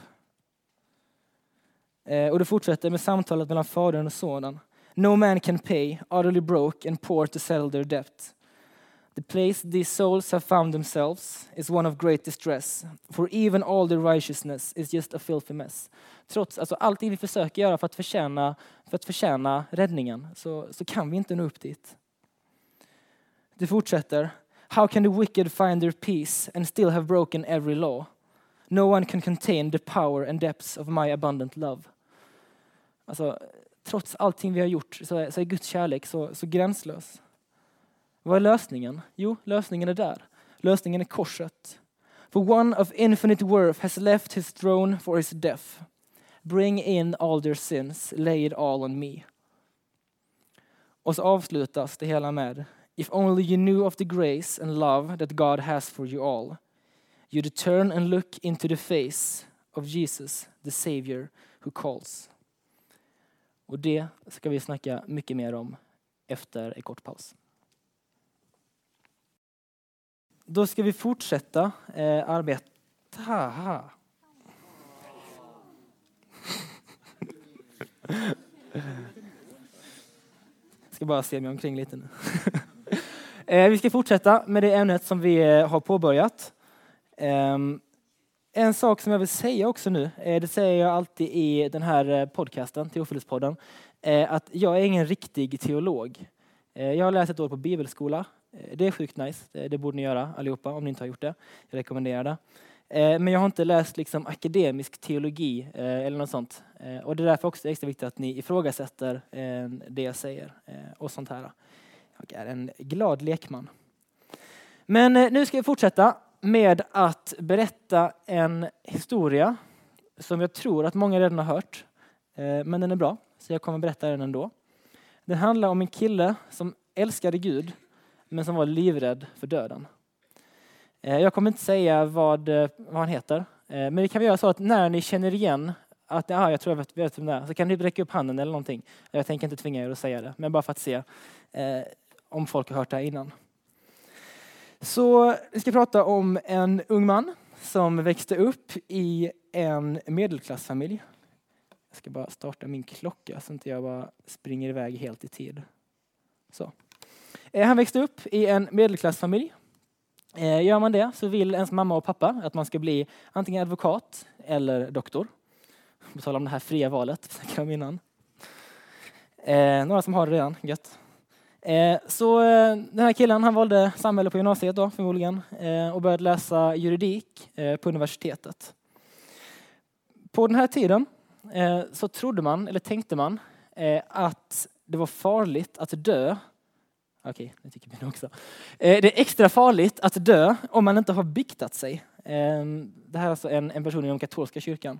Och det fortsätter med samtalet mellan fadern och sonen. No man can pay, utterly broke and poor to settle their debt. The place these souls have found themselves is one of great distress, for even all their righteousness is just a filthy mess. Trots allting vi försöker göra för att förtjäna räddningen så kan vi inte nå upp dit. Det fortsätter. How can the wicked find their peace and still have broken every law? No one can contain the power and depths of my abundant love. Trots allting vi har gjort så är Guds kärlek så gränslös. Vad är lösningen? Jo, lösningen är där. Lösningen är korset. For one of infinite worth has left his throne for his death. Bring in all their sins, lay it all on me. Och så avslutas det hela med If only you knew of the grace and love that God has for you all. You'd turn and look into the face of Jesus, the Savior who calls. Och det ska vi snacka mycket mer om efter en kort paus. Då ska vi fortsätta arbeta. Jag ska bara se mig omkring lite nu. Vi ska fortsätta med det ämnet som vi har påbörjat. En sak som jag vill säga också nu, det säger jag alltid i den här podcasten, Teofilispodden, att jag är ingen riktig teolog. Jag har läst ett år på bibelskola. Det är sjukt nice, det borde ni göra allihopa om ni inte har gjort det. Jag rekommenderar det. Men jag har inte läst liksom akademisk teologi eller något sånt. Och det är därför också extra viktigt att ni ifrågasätter det jag säger och sånt här. Jag är en glad lekman. Men nu ska vi fortsätta med att berätta en historia som jag tror att många redan har hört. Men den är bra, så jag kommer berätta den ändå. Den handlar om en kille som älskade Gud men som var livrädd för döden. Jag kommer inte säga vad han heter. Men vi kan göra så att när ni känner igen att jag tror jag vet vem det är, så kan ni räcka upp handen eller någonting. Jag tänker inte tvinga er att säga det, men bara för att se om folk har hört det här innan. Så vi ska prata om en ung man som växte upp i en medelklassfamilj. Jag ska bara starta min klocka så inte jag bara springer iväg helt i tid. Så. Han växte upp i en medelklassfamilj. Gör man det så vill ens mamma och pappa att man ska bli antingen advokat eller doktor. På tal om det här fria valet. Några som har det redan, gött. Så den här killen han valde samhälle på gymnasiet då, förmodligen. Och började läsa juridik på universitetet. På den här tiden så trodde man, eller tänkte man, att det var farligt att dö. Okej, det tycker vi också. Det är extra farligt att dö om man inte har biktat sig. Det här är alltså en person inom katolska kyrkan.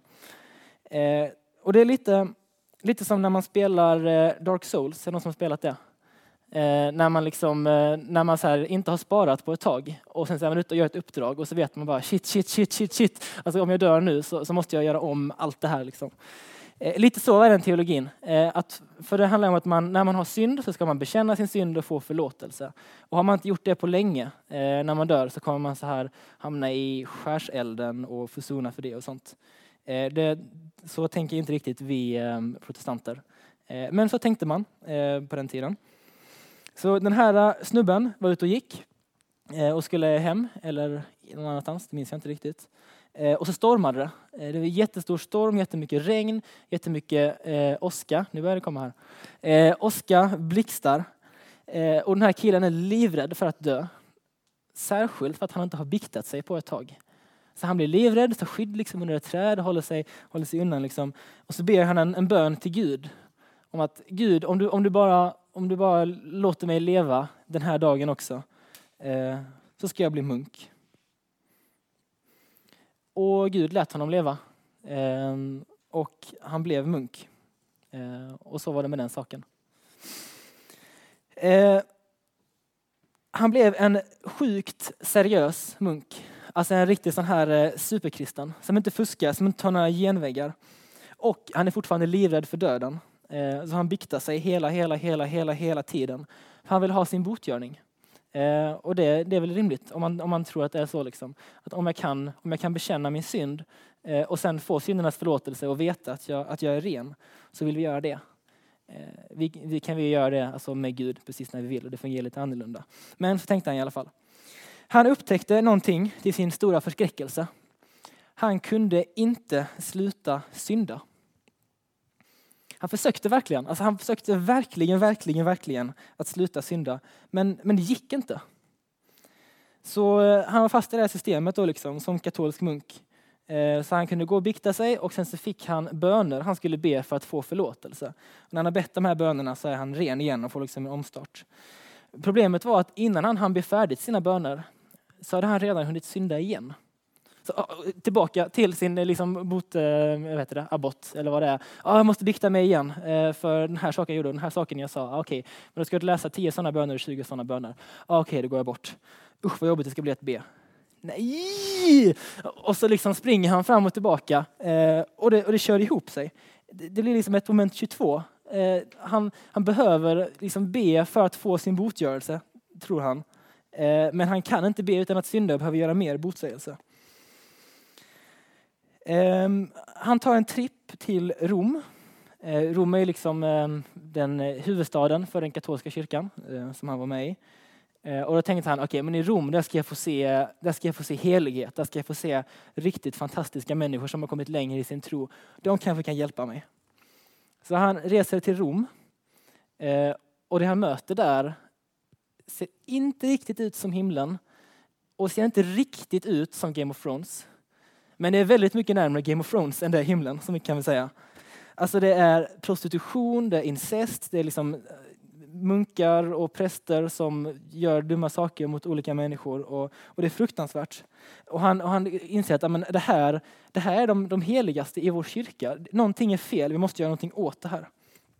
Och det är lite som när man spelar Dark Souls. Är det någon som har spelat det? När man så här inte har sparat på ett tag och sen så är man ute och gör ett uppdrag och så vet man bara shit. Alltså om jag dör nu så måste jag göra om allt det här liksom. Lite så är den teologin. För det handlar om att när man har synd så ska man bekänna sin synd och få förlåtelse. Och har man inte gjort det på länge, när man dör så kommer man så här hamna i skärselden och försona för det och sånt. Så tänker inte riktigt vi protestanter. Men så tänkte man på den tiden. Så den här snubben var ute och gick och skulle hem eller någon annanstans, det minns jag inte riktigt. Och så stormade det. Det var jättestor storm, jättemycket regn, jättemycket åska. Nu börjar det komma här. Åska, blixtar. Och den här killen är livrädd för att dö. Särskilt för att han inte har biktat sig på ett tag. Så han blir livrädd, tar skydd liksom under ett träd, håller sig undan liksom. Och så ber han en bön till Gud. Om att Gud, om du bara låter mig leva den här dagen också, så ska jag bli munk. Och Gud lät honom leva. Och han blev munk. Och så var det med den saken. Han blev en sjukt seriös munk. Alltså en riktig sån här superkristen. Som inte fuskar, som inte tar några genväggar. Och han är fortfarande livrädd för döden. Så han biktar sig hela tiden. Han vill ha sin botgörning. Och det är väl rimligt om man tror att det är så liksom. Att om jag kan bekänna min synd och sen få syndernas förlåtelse och veta att jag är ren, så vill vi göra det. Vi kan göra det alltså med Gud precis när vi vill, och det fungerar lite annorlunda. Men så tänkte han i alla fall. Han upptäckte någonting till sin stora förskräckelse. Han kunde inte sluta synda. Han försökte verkligen. Alltså han försökte verkligen att sluta synda. Men det gick inte. Så han var fast i det här systemet då liksom, som katolsk munk. Så han kunde gå och bikta sig och sen så fick han böner. Han skulle be för att få förlåtelse. Och när han har bett de här bönerna så är han ren igen och får liksom en omstart. Problemet var att innan han blev färdigt sina böner så hade han redan hunnit synda igen. Så, tillbaka till sin liksom, abort eller vad det är. Jag måste bikta mig igen för den här saken jag gjorde och den här saken jag sa. Okej, men då ska du läsa 10 sådana böner och 20 sådana böner. Okej, då går jag bort. Usch vad jobbigt det ska bli att be. Nej! Och så liksom springer han fram och tillbaka och det kör ihop sig. Det blir liksom ett moment 22. Han behöver liksom be för att få sin botgörelse, tror han. Men han kan inte be utan att synda och behöver göra mer botsägelse. Han tar en tripp till Rom. Rom är liksom den huvudstaden för den katolska kyrkan som han var med i. Och då tänkte han, okej, men i Rom där ska jag få se helighet. Där ska jag få se riktigt fantastiska människor som har kommit längre i sin tro. De kanske kan hjälpa mig. Så han reser till Rom. Och det han möter där ser inte riktigt ut som himlen. Och ser inte riktigt ut som Game of Thrones. Men det är väldigt mycket närmare Game of Thrones än det är himlen, som vi kan väl säga. Alltså det är prostitution, det är incest, det är liksom munkar och präster som gör dumma saker mot olika människor. Och det är fruktansvärt. Och han inser att det här är de heligaste i vår kyrka. Någonting är fel, vi måste göra någonting åt det här.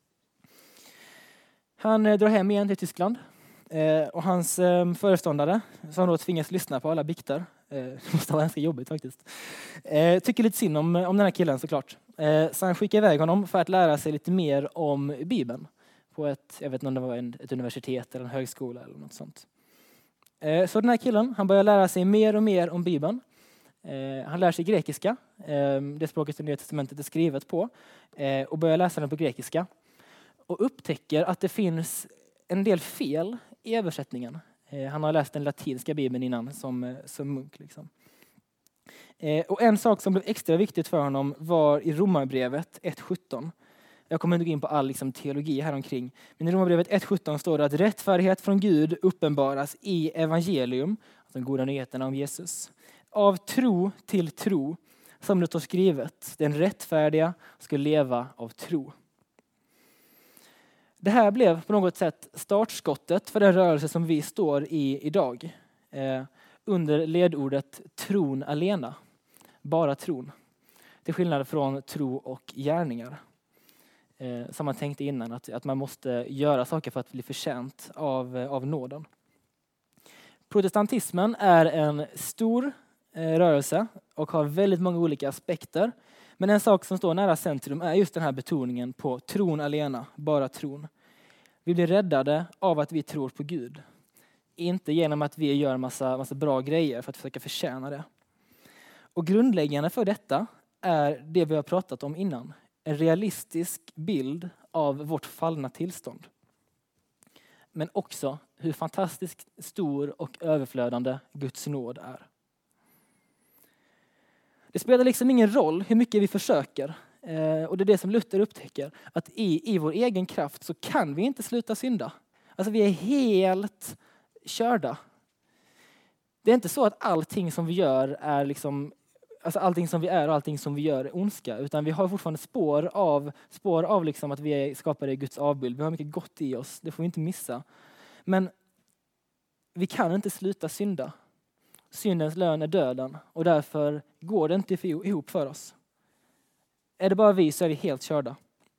Han drar hem igen till Tyskland. Och hans föreståndare, som då tvingas lyssna på alla bikter, det måste vara ganska jobbigt faktiskt, tycker lite synd om den här killen såklart. Så han skickar iväg honom för att lära sig lite mer om Bibeln på jag vet inte om det var ett universitet eller en högskola eller något sånt. Så den här killen, han börjar lära sig mer och mer om Bibeln. Han lär sig grekiska, det språket som Nya testamentet är skrivet på, och börjar läsa den på grekiska. Och upptäcker att det finns en del fel i översättningen. Han har läst den latinska bibeln innan som munk. Liksom. Och en sak som blev extra viktigt för honom var i Romarbrevet 1.17. Jag kommer inte gå in på all liksom, teologi här omkring. Men i Romarbrevet 1.17 står det att rättfärdighet från Gud uppenbaras i evangelium, alltså de goda nyheterna om Jesus. Av tro till tro, som det står skrivet. Den rättfärdiga ska leva av tro. Det här blev på något sätt startskottet för den rörelse som vi står i idag. Under ledordet tron alena. Bara tron. Till skillnad från tro och gärningar. som man tänkte innan, att man måste göra saker för att bli förtjänt av nåden. Protestantismen är en stor rörelse och har väldigt många olika aspekter. Men en sak som står nära centrum är just den här betoningen på tron alena, bara tron. Vi blir räddade av att vi tror på Gud. Inte genom att vi gör massa bra grejer för att försöka förtjäna det. Och grundläggande för detta är det vi har pratat om innan. En realistisk bild av vårt fallna tillstånd. Men också hur fantastiskt stor och överflödande Guds nåd är. Det spelar liksom ingen roll hur mycket vi försöker. Och det är det som Luther upptäcker. Att i vår egen kraft så kan vi inte sluta synda. Alltså vi är helt körda. Det är inte så att allting som vi gör är liksom... Alltså allting som vi är och allting som vi gör är ondska. Utan vi har fortfarande spår av liksom att vi är skapade i Guds avbild. Vi har mycket gott i oss. Det får vi inte missa. Men vi kan inte sluta synda. Syndens lön är döden. Och därför går det inte ihop för oss. Är det bara vi så är vi helt körda.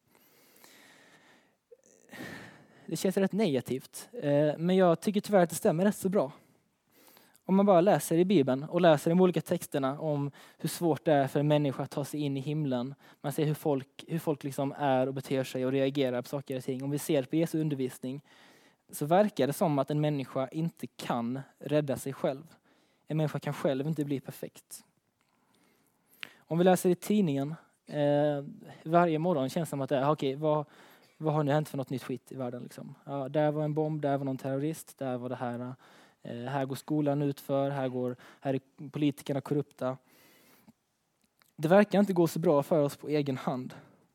Det känns rätt negativt. Men jag tycker tyvärr att det stämmer rätt så bra. Om man bara läser i Bibeln och läser de olika texterna om hur svårt det är för en människa att ta sig in i himlen. Man ser hur folk liksom är och beter sig och reagerar på saker och ting. Om vi ser på Jesu undervisning så verkar det som att en människa inte kan rädda sig själv. En människa kan själv inte bli perfekt. Om vi läser i tidningen varje morgon känns det som att det är okej, vad har nu hänt för något nytt skit i världen? Liksom? Ja, där var en bomb, där var någon terrorist, där var det här. Här går skolan utför, här är politikerna korrupta. Det verkar inte gå så bra för oss på egen hand.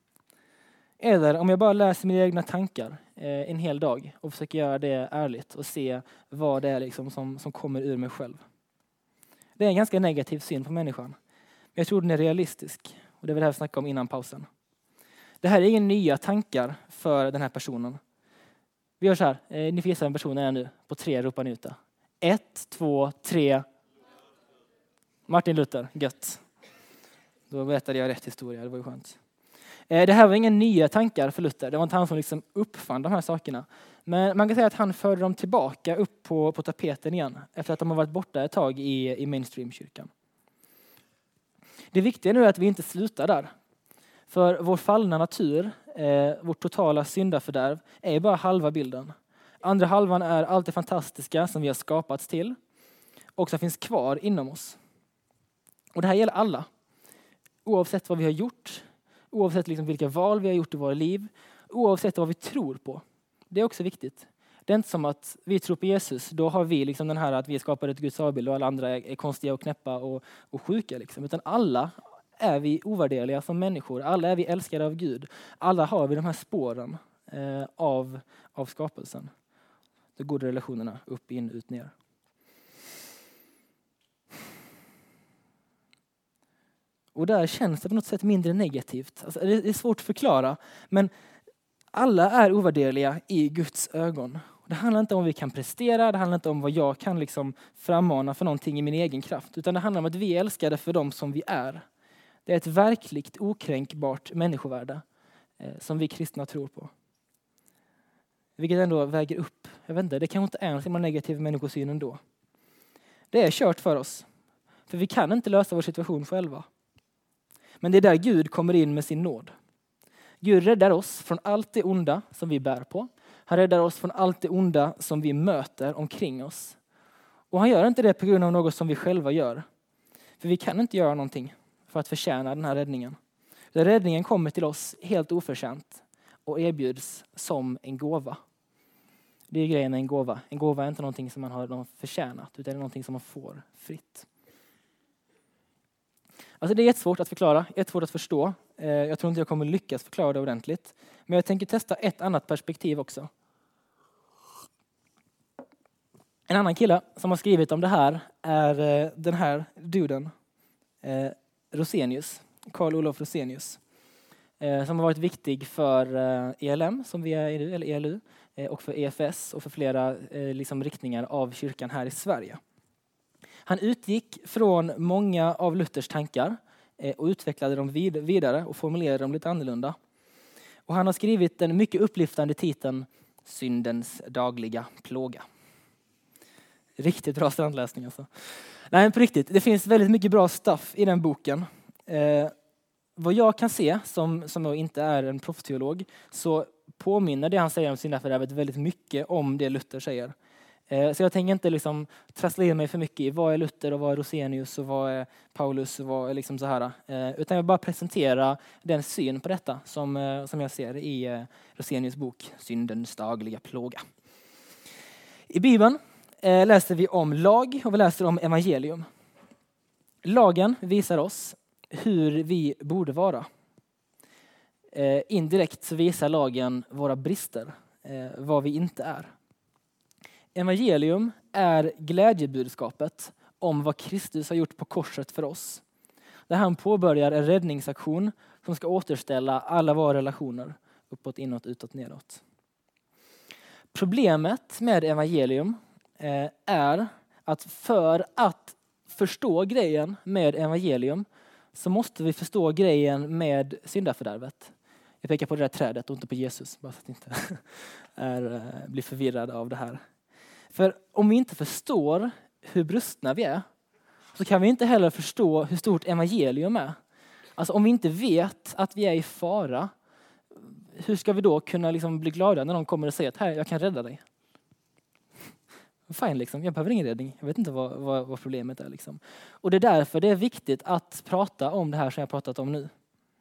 Eller om jag bara läser mina egna tankar en hel dag och försöker göra det ärligt och se vad det är liksom som kommer ur mig själv. Det är en ganska negativ syn på människan. Men jag tror den är realistisk. Och det är väl det här vi snackade om innan pausen. Det här är inga nya tankar för den här personen. Vi gör så här. Ni får gissa vem personen är nu. På 3 ropar ni ut det. 1, 2, 3. Martin Luther. Gött. Då berättade jag rätt historia. Det var ju skönt. Det här var inga nya tankar för Luther. Det var inte han som liksom uppfann de här sakerna. Men man kan säga att han förde dem tillbaka upp på tapeten igen. Efter att de har varit borta ett tag i mainstream-kyrkan. Det viktiga nu är att vi inte slutar där. För vår fallna natur, vårt totala syndafördärv, är bara halva bilden. Andra halvan är allt det fantastiska som vi har skapats till. Och som finns kvar inom oss. Och det här gäller alla. Oavsett vad vi har gjort. Oavsett liksom vilka val vi har gjort i våra liv. Oavsett vad vi tror på. Det är också viktigt. Det är inte som att vi tror på Jesus. Då har vi liksom den här att vi skapar ett Guds avbild och alla andra är konstiga och knäppa och sjuka. Liksom. Utan alla är vi ovärderliga som människor. Alla är vi älskade av Gud. Alla har vi de här spåren av skapelsen. De goda relationerna upp, in, ut, ner. Och där känns det på något sätt mindre negativt. Alltså, det är svårt att förklara. Men alla är ovärderliga i Guds ögon. Det handlar inte om vad vi kan prestera. Det handlar inte om vad jag kan liksom frammana för någonting i min egen kraft. Utan det handlar om att vi är älskade för dem som vi är. Det är ett verkligt okränkbart människovärde som vi kristna tror på. Vilket ändå väger upp. Jag vet inte, det kan inte är en negativ människosyn ändå. Det är kört för oss. För vi kan inte lösa vår situation själva. Men det är där Gud kommer in med sin nåd. Gud räddar oss från allt det onda som vi bär på. Han räddar oss från allt det onda som vi möter omkring oss. Och han gör inte det på grund av något som vi själva gör. För vi kan inte göra någonting för att förtjäna den här räddningen. Den räddningen kommer till oss helt oförtjänt och erbjuds som en gåva. Det är grejen med en gåva. En gåva är inte någonting som man har förtjänat, utan det är någonting som man får fritt. Alltså det är jättesvårt att förklara, jättesvårt att förstå. Jag tror inte jag kommer lyckas förklara det ordentligt. Men jag tänker testa ett annat perspektiv också. En annan kille som har skrivit om det här är den här duden. Rosenius, Carl Olof Rosenius. Som har varit viktig för ELM som vi är i nu, eller ELU. Och för EFS och för flera liksom riktningar av kyrkan här i Sverige. Han utgick från många av Luthers tankar och utvecklade dem vidare och formulerade dem lite annorlunda. Och han har skrivit den mycket upplyftande titeln Syndens dagliga plåga. Riktigt bra strandläsning alltså. Nej, på riktigt. Det finns väldigt mycket bra stuff i den boken. Vad jag kan se, som jag inte är en proffsteolog, så påminner det han säger om syndafördärvet väldigt mycket om det Luther säger. Så jag tänker inte liksom trassla in mig för mycket i vad är Luther och vad är Rosenius och vad är Paulus och vad är liksom så här. Utan jag bara presentera den syn på detta som jag ser i Rosenius bok Syndens dagliga plåga. I Bibeln läser vi om lag och vi läser om evangelium. Lagen visar oss hur vi borde vara. Indirekt så visar lagen våra brister, vad vi inte är. Evangelium är glädjebudskapet om vad Kristus har gjort på korset för oss. Där han påbörjar en räddningsaktion som ska återställa alla våra relationer uppåt, inåt, utåt, nedåt. Problemet med evangelium är att för att förstå grejen med evangelium så måste vi förstå grejen med syndafördärvet. Jag pekar på det där trädet och inte på Jesus, bara så att inte blir förvirrad av det här. För om vi inte förstår hur brustna vi är så kan vi inte heller förstå hur stort evangelium är. Alltså om vi inte vet att vi är i fara, hur ska vi då kunna liksom bli glada när någon kommer och säger att här, jag kan rädda dig? Fine, liksom. Jag behöver ingen räddning. Jag vet inte vad problemet är. Liksom. Och det är därför det är viktigt att prata om det här som jag har pratat om nu.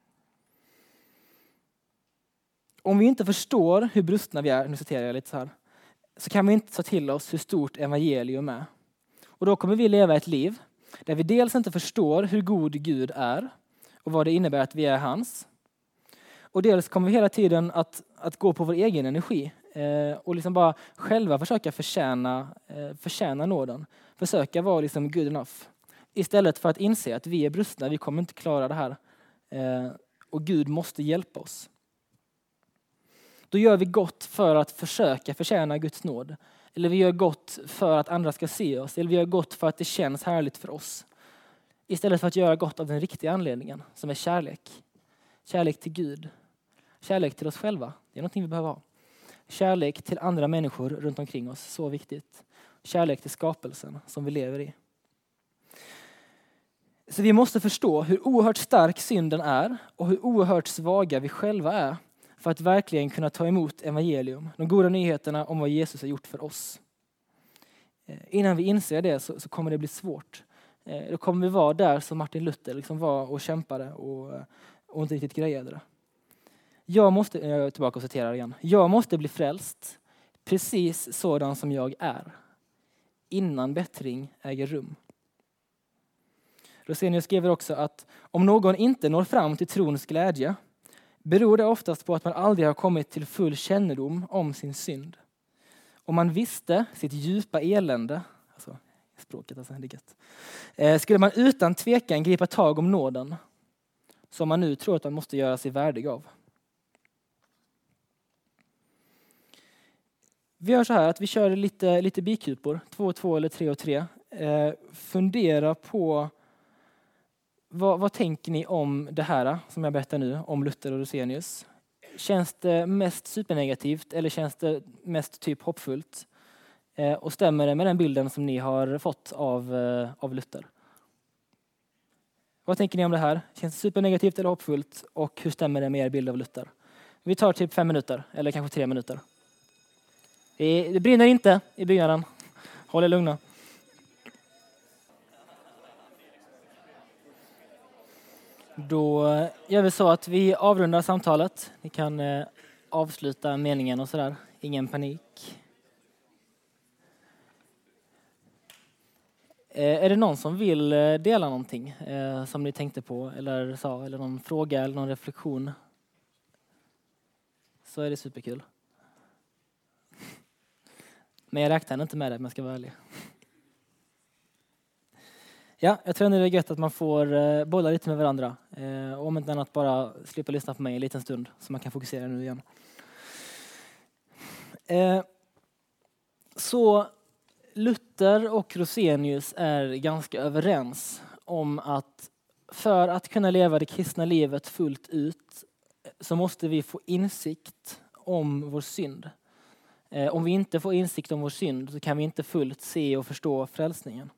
Om vi inte förstår hur brustna vi är, nu citerar jag lite så här, så kan vi inte ta till oss hur stort evangelium är. Och då kommer vi leva ett liv där vi dels inte förstår hur god Gud är och vad det innebär att vi är hans. Och dels kommer vi hela tiden att gå på vår egen energi och liksom bara själva försöka förtjäna nåden. Försöka vara liksom good enough. Istället för att inse att vi är brustna, vi kommer inte klara det här. Och Gud måste hjälpa oss. Då gör vi gott för att försöka förtjäna Guds nåd. Eller vi gör gott för att andra ska se oss. Eller vi gör gott för att det känns härligt för oss. Istället för att göra gott av den riktiga anledningen som är kärlek. Kärlek till Gud. Kärlek till oss själva. Det är någonting vi behöver ha. Kärlek till andra människor runt omkring oss. Så viktigt. Kärlek till skapelsen som vi lever i. Så vi måste förstå hur oerhört stark synden är. Och hur oerhört svaga vi själva är. För att verkligen kunna ta emot evangelium. De goda nyheterna om vad Jesus har gjort för oss. Innan vi inser det så kommer det bli svårt. Då kommer vi vara där som Martin Luther liksom var och kämpade och inte riktigt grejade det. Jag är tillbaka och citerar igen. Jag måste bli frälst precis sådan som jag är. Innan bättring äger rum. Rosenius skriver också att om någon inte når fram till trons glädje beror det oftast på att man aldrig har kommit till full kännedom om sin synd. Om man visste sitt djupa elände, alltså språket alltså, skulle man utan tvekan gripa tag om nåden som man nu tror att man måste göra sig värdig av. Vi gör så här att vi kör lite bikupor, 2 och 2 eller 3 och 3. Fundera på vad tänker ni om det här som jag berättar nu om Luther och Rosenius? Känns det mest supernegativt eller känns det mest typ hoppfullt? Och stämmer det med den bilden som ni har fått av Luther? Vad tänker ni om det här? Känns det supernegativt eller hoppfullt? Och hur stämmer det med er bild av Luther? Vi tar typ 5 minuter eller kanske 3 minuter. Det brinner inte i byggnaden. Håll er lugna. Då gör vi så att vi avrundar samtalet. Ni kan avsluta meningen och sådär. Ingen panik. Är det någon som vill dela någonting som ni tänkte på eller sa, eller någon fråga eller någon reflektion? Så är det superkul. Men jag räknar inte med det, om jag ska vara ärlig. Ja, jag tror ändå det är gött att man får bolla lite med varandra. Om inte annat bara slippa lyssna på mig en liten stund så man kan fokusera nu igen. Så Luther och Rosenius är ganska överens om att för att kunna leva det kristna livet fullt ut så måste vi få insikt om vår synd. Om vi inte får insikt om vår synd så kan vi inte fullt se och förstå frälsningen.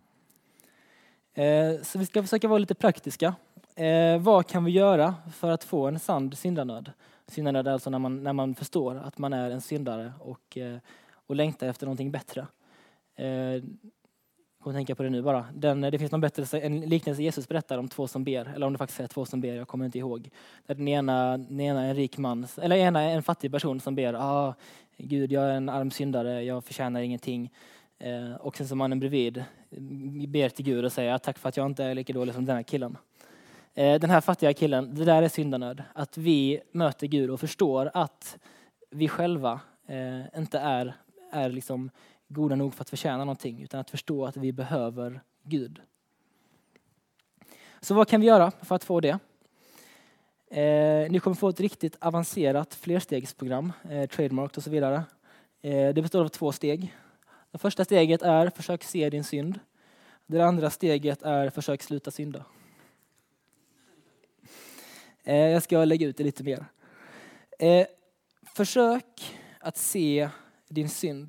Så vi ska försöka vara lite praktiska. Vad kan vi göra för att få en sann syndanöd? Syndanöd är alltså när man förstår att man är en syndare och längtar efter någonting bättre. Jag kommer tänka på det nu bara. Det finns en liknelse Jesus berättar om två som ber. Eller om det faktiskt är två som ber, jag kommer inte ihåg. Där den ena är en rik man, eller ena är en fattig person som ber. Gud, jag är en arm syndare, jag förtjänar ingenting. Och sen som mannen bredvid ber till Gud och säger tack för att jag inte är lika dålig som den här killen. Den här fattiga killen, det där är syndanöd. Att vi möter Gud och förstår att vi själva inte är liksom goda nog för att förtjäna någonting, utan att förstå att vi behöver Gud. Så vad kan vi göra för att få det? Ni kommer få ett riktigt avancerat flerstegsprogram, trademark och så vidare. Det består av 2 steg. Det första steget är försök se din synd. Det andra steget är försök sluta synda. Jag ska lägga ut det lite mer. Försök att se din synd.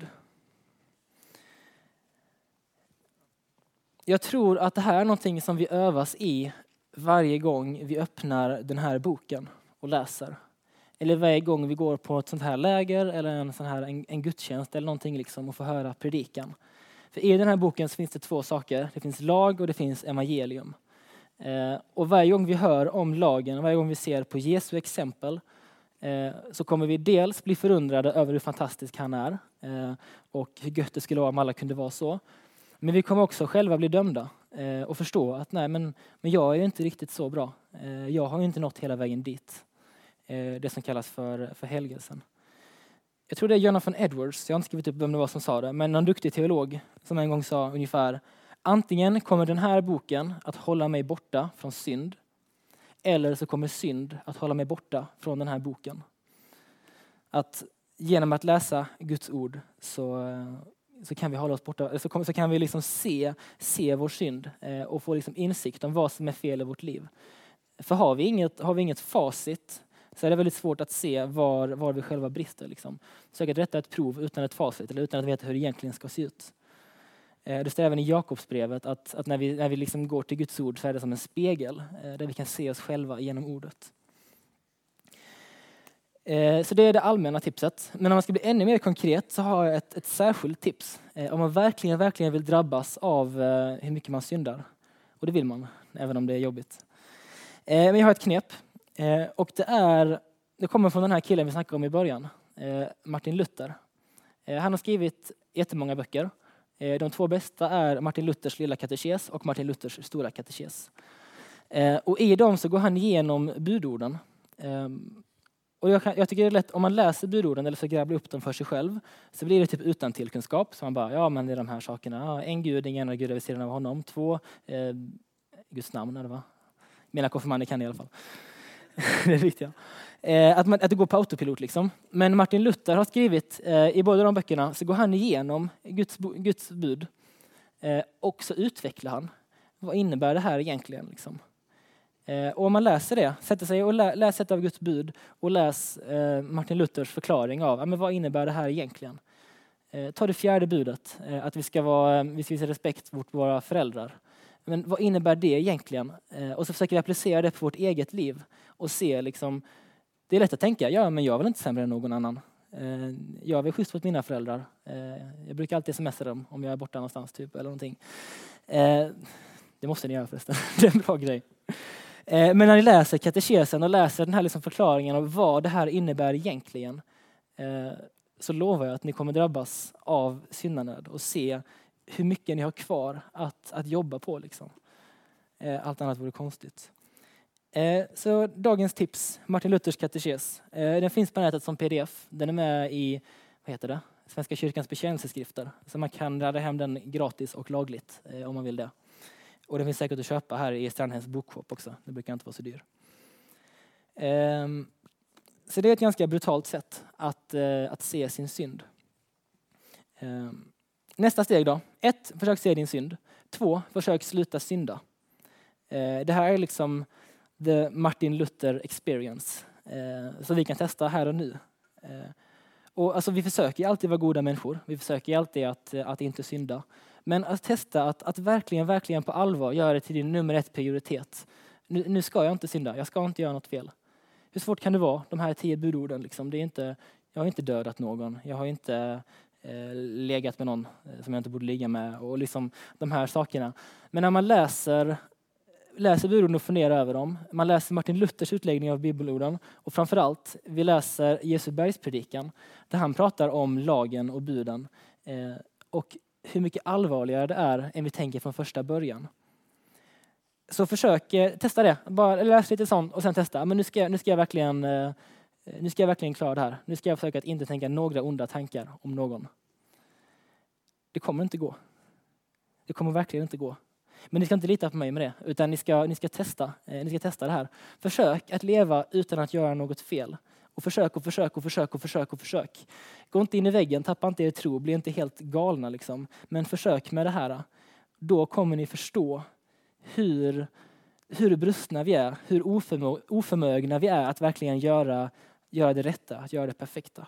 Jag tror att det här är någonting som vi övas i varje gång vi öppnar den här boken och läser. Eller varje gång vi går på ett sånt här läger eller en gudstjänst eller någonting liksom och får höra predikan. För i den här boken så finns det 2 saker. Det finns lag och det finns evangelium. Och varje gång vi hör om lagen, varje gång vi ser på Jesu exempel, så kommer vi dels bli förundrade över hur fantastisk han är och hur gött det skulle vara om alla kunde vara så. Men vi kommer också själva bli dömda och förstå att nej, men jag är ju inte riktigt så bra. Jag har ju inte nått hela vägen dit. Det som kallas för helgelsen. Jag tror det är Jonathan Edwards, jag har inte skrivit upp vem det var som sa det, men en duktig teolog som en gång sa ungefär: antingen kommer den här boken att hålla mig borta från synd, eller så kommer synd att hålla mig borta från den här boken. Att genom att läsa Guds ord så kan vi hålla oss borta, så kan vi liksom se vår synd och få liksom insikt om vad som är fel i vårt liv. För har vi inget facit så är det väldigt svårt att se var vi själva brister. Liksom. Försöka rätta ett prov utan ett facit eller utan att veta hur det egentligen ska se ut. Det står även i Jakobsbrevet att när vi liksom går till Guds ord så är det som en spegel där vi kan se oss själva genom ordet. Så det är det allmänna tipset. Men om man ska bli ännu mer konkret så har jag ett särskilt tips. Om man verkligen vill drabbas av hur mycket man syndar. Och det vill man, även om det är jobbigt. Men jag har ett knep. Och det kommer från den här killen vi snackade om i början. Martin Luther. Han har skrivit jättemånga böcker. De 2 bästa är Martin Luthers lilla katekes och Martin Luthers stora katekes. Och i dem så går han igenom budorden. Och jag tycker det är lätt, om man läser budorden eller så grabblar upp dem för sig själv, så blir det typ utantillkunskap. Så man bara, men det är de här sakerna. 1 Gud, ingen annan Gud vid sidan av honom. 2, Guds namn är det va? Mina konfirmander kan det i alla fall. Det är viktigt. Att det går på autopilot liksom. Men Martin Luther har skrivit i båda de böckerna så går han igenom Guds bud och så utvecklar han. Vad innebär det här egentligen liksom? Och om man läser det, sätter sig och läser ett av Guds bud och läs Martin Luthers förklaring av men vad innebär det här egentligen? Ta det 4:e budet, att vi ska visa respekt mot våra föräldrar. Men vad innebär det egentligen? Och så försöker vi applicera det på vårt eget liv och se liksom, det är lätt att tänka, men jag är väl inte sämre än någon annan. Jag är väl schysst mot mina föräldrar. Jag brukar alltid smsa dem om jag är borta någonstans typ eller någonting. Det måste ni göra förresten, det är en bra grej. Men när ni läser katekesen och läser den här liksom förklaringen av vad det här innebär egentligen, så lovar jag att ni kommer drabbas av syndanöd och se hur mycket ni har kvar att jobba på. Liksom. Allt annat vore konstigt. Så dagens tips, Martin Luthers katekes. Den finns på nätet som pdf. Den är med i Svenska kyrkans bekännelseskrifter. Så man kan ladda hem den gratis och lagligt om man vill det. Och den finns säkert att köpa här i Strandhems bokshop också. Det brukar inte vara så dyr. Så det är ett ganska brutalt sätt att se sin synd. Nästa steg då. 1. Försök se din synd. 2. Försök sluta synda. Det här är liksom the Martin Luther experience. Så vi kan testa här och nu. Och alltså, vi försöker ju alltid vara goda människor. Vi försöker ju alltid att inte synda. Men att testa att verkligen på allvar göra det till din nummer 1 prioritet. Nu ska jag inte synda. Jag ska inte göra något fel. Hur svårt kan det vara? De här 10 budorden. Liksom, jag har inte dödat någon. Jag har inte legat med någon som jag inte borde ligga med. Och liksom de här sakerna. Men när man läser budorden och funderar över dem. Man läser Martin Luthers utläggning av bibelorden. Och framförallt, vi läser Jesu bergspredikan. Där han pratar om lagen och buden. Och hur mycket allvarligare det är än vi tänker från första början. Så försök testa det. Bara läs lite sånt och sen testa. Men nu ska jag verkligen klara det här. Nu ska jag försöka att inte tänka några onda tankar om någon. Det kommer inte gå. Det kommer verkligen inte gå. Men ni ska inte lita på mig med det, utan ni ska testa. Ni ska testa det här. Försök att leva utan att göra något fel. Och försök. Gå inte in i väggen, tappa inte er tro, bli inte helt galna liksom. Men försök med det här. Då kommer ni förstå hur brustna vi är, hur oförmögna vi är att verkligen göra det rätta, att göra det perfekta.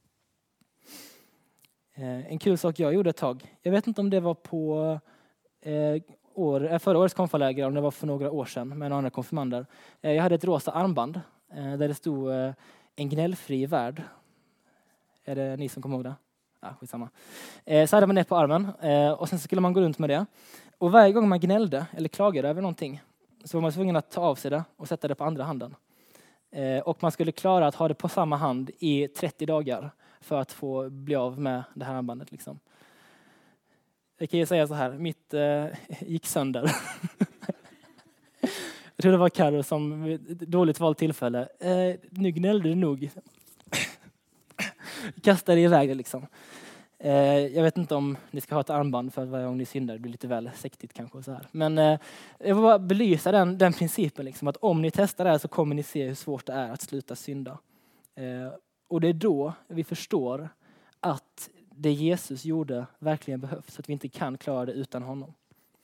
En kul sak jag gjorde ett tag. Jag vet inte om det var på förra årets konfaläger eller om det var för några år sedan med några andra konfirmander. Jag hade ett rosa armband där det stod en gnällfri värld. Är det ni som kommer ihåg det? Ja, skitsamma. Så hade man det på armen och sen skulle man gå runt med det. Och varje gång man gnällde eller klagade över någonting så var man tvungen att ta av sig det och sätta det på andra handen. Och man skulle klara att ha det på samma hand i 30 dagar för att få bli av med det här armbandet. Liksom. Jag kan ju säga så här, mitt gick sönder. Jag tror det var Karo som dåligt valt tillfälle. Nu gnällde du nog. Kastade iväg det liksom. Jag vet inte om ni ska ha ett armband för att varje gång ni syndar. Det blir lite väl sektigt kanske. Så här. Men jag vill bara belysa den principen. Liksom, att om ni testar det här så kommer ni se hur svårt det är att sluta synda. Och det är då vi förstår att det Jesus gjorde verkligen behövs. Så att vi inte kan klara det utan honom.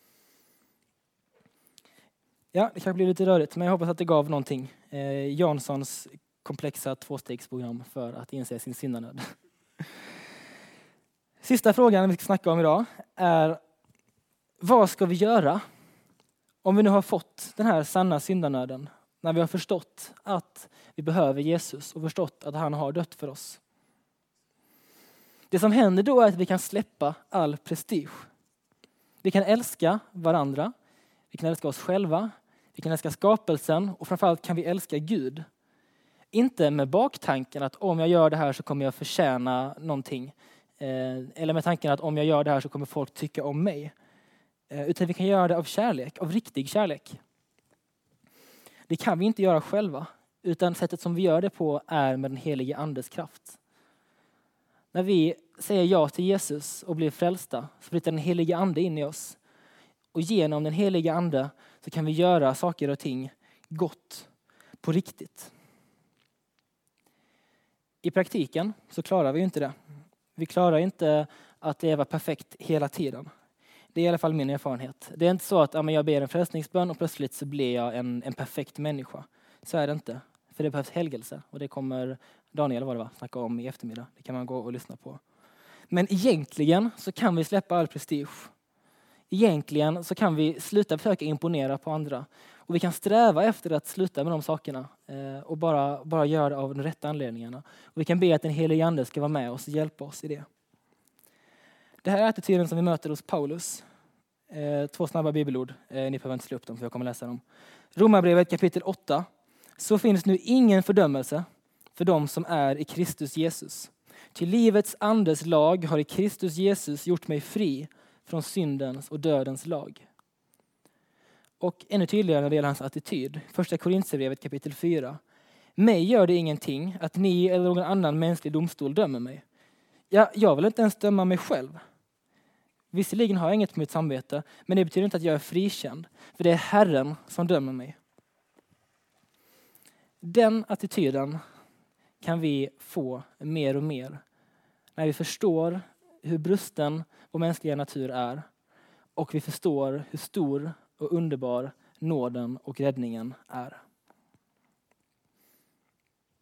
Ja, det kan bli lite rörigt. Men jag hoppas att det gav någonting. Janssons komplexa 2-stegsprogram för att inse sin syndanöd. Sista frågan vi ska snacka om idag är: vad ska vi göra om vi nu har fått den här sanna syndanöden? När vi har förstått att vi behöver Jesus och förstått att han har dött för oss. Det som händer då är att vi kan släppa all prestige. Vi kan älska varandra. Vi kan älska oss själva. Vi kan älska skapelsen. Och framförallt kan vi älska Gud. Inte med baktanken att om jag gör det här så kommer jag förtjäna någonting. Eller med tanken att om jag gör det här så kommer folk tycka om mig. Utan vi kan göra det av kärlek, av riktig kärlek. Det kan vi inte göra själva. Utan sättet som vi gör det på är med den helige andes kraft. När vi säger ja till Jesus och blir frälsta så flyttar den helige ande in i oss. Och genom den helige ande så kan vi göra saker och ting gott på riktigt. I praktiken så klarar vi inte det. Vi klarar inte att leva perfekt hela tiden. Det är i alla fall min erfarenhet. Det är inte så att jag ber en frälsningsbön och plötsligt så blir jag en perfekt människa. Så är det inte. För det behövs helgelse. Och det kommer Daniel snacka om i eftermiddag. Det kan man gå och lyssna på. Men egentligen så kan vi släppa all prestige. Egentligen så kan vi sluta försöka imponera på andra. Och vi kan sträva efter att sluta med de sakerna. Och bara göra det av de rätta anledningarna. Och vi kan be att den helige ande ska vara med oss och hjälpa oss i det. Det här är attityden som vi möter hos Paulus. 2 snabba bibelord. Ni behöver inte slå upp dem för jag kommer läsa dem. Romarbrevet kapitel 8. Så finns nu ingen fördömelse för dem som är i Kristus Jesus. Till livets andes lag har i Kristus Jesus gjort mig fri från syndens och dödens lag. Och ännu tydligare när det gäller hans attityd. 1 Korinthierbrevet kapitel 4. Mig gör det ingenting att ni eller någon annan mänsklig domstol dömer mig. Jag vill inte ens döma mig själv. Visserligen har jag inget på mitt samvete, men det betyder inte att jag är frikänd. För det är Herren som dömer mig. Den attityden kan vi få mer och mer när vi förstår hur brusten vår mänskliga natur är och vi förstår hur stor och underbar nåden och räddningen är.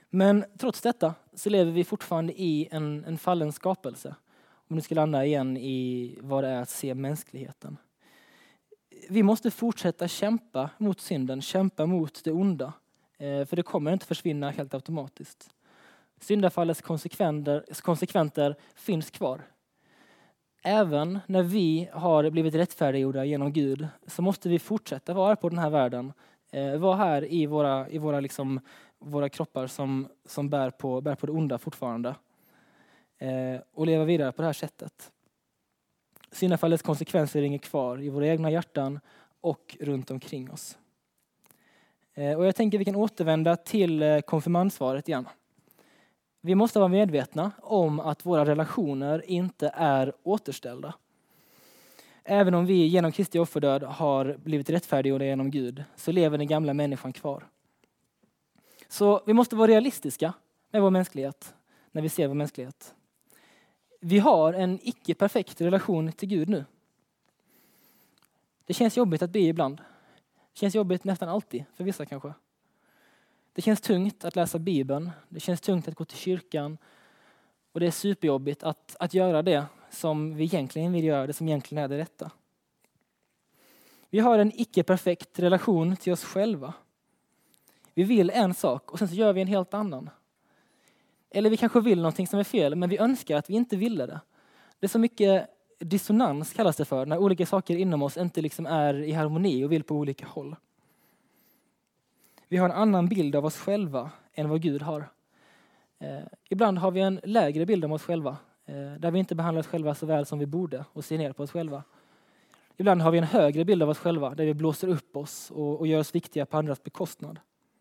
Men trots detta så lever vi fortfarande i en fallen skapelse. Om du ska landa igen i vad det är att se mänskligheten. Vi måste fortsätta kämpa mot synden, kämpa mot det onda. För det kommer inte försvinna helt automatiskt. Syndafallets konsekvenser finns kvar. Även när vi har blivit rättfärdiggjorda genom Gud så måste vi fortsätta vara på den här världen. Vara här i våra kroppar som bär på det onda fortfarande. Och leva vidare på det här sättet. Syndafallets konsekvenser ringer kvar i våra egna hjärtan och runt omkring oss. Och jag tänker vi kan återvända till konfirmandsvaret igen. Vi måste vara medvetna om att våra relationer inte är återställda. Även om vi genom Kristi offerdöd har blivit rättfärdiga genom Gud så lever den gamla människan kvar. Så vi måste vara realistiska med vår mänsklighet när vi ser vår mänsklighet. Vi har en icke-perfekt relation till Gud nu. Det känns jobbigt att be ibland. Det känns jobbigt nästan alltid, för vissa kanske. Det känns tungt att läsa Bibeln. Det känns tungt att gå till kyrkan. Och det är superjobbigt att göra det som vi egentligen vill göra, det som egentligen är det rätta. Vi har en icke-perfekt relation till oss själva. Vi vill en sak och sen så gör vi en helt annan. Eller vi kanske vill någonting som är fel, men vi önskar att vi inte ville det. Det är så mycket dissonans kallas det för, när olika saker inom oss inte liksom är i harmoni och vill på olika håll. Vi har en annan bild av oss själva än vad Gud har. Ibland har vi en lägre bild av oss själva, där vi inte behandlar oss själva så väl som vi borde och ser ner på oss själva. Ibland har vi en högre bild av oss själva, där vi blåser upp oss och gör oss viktiga på andras bekostnad.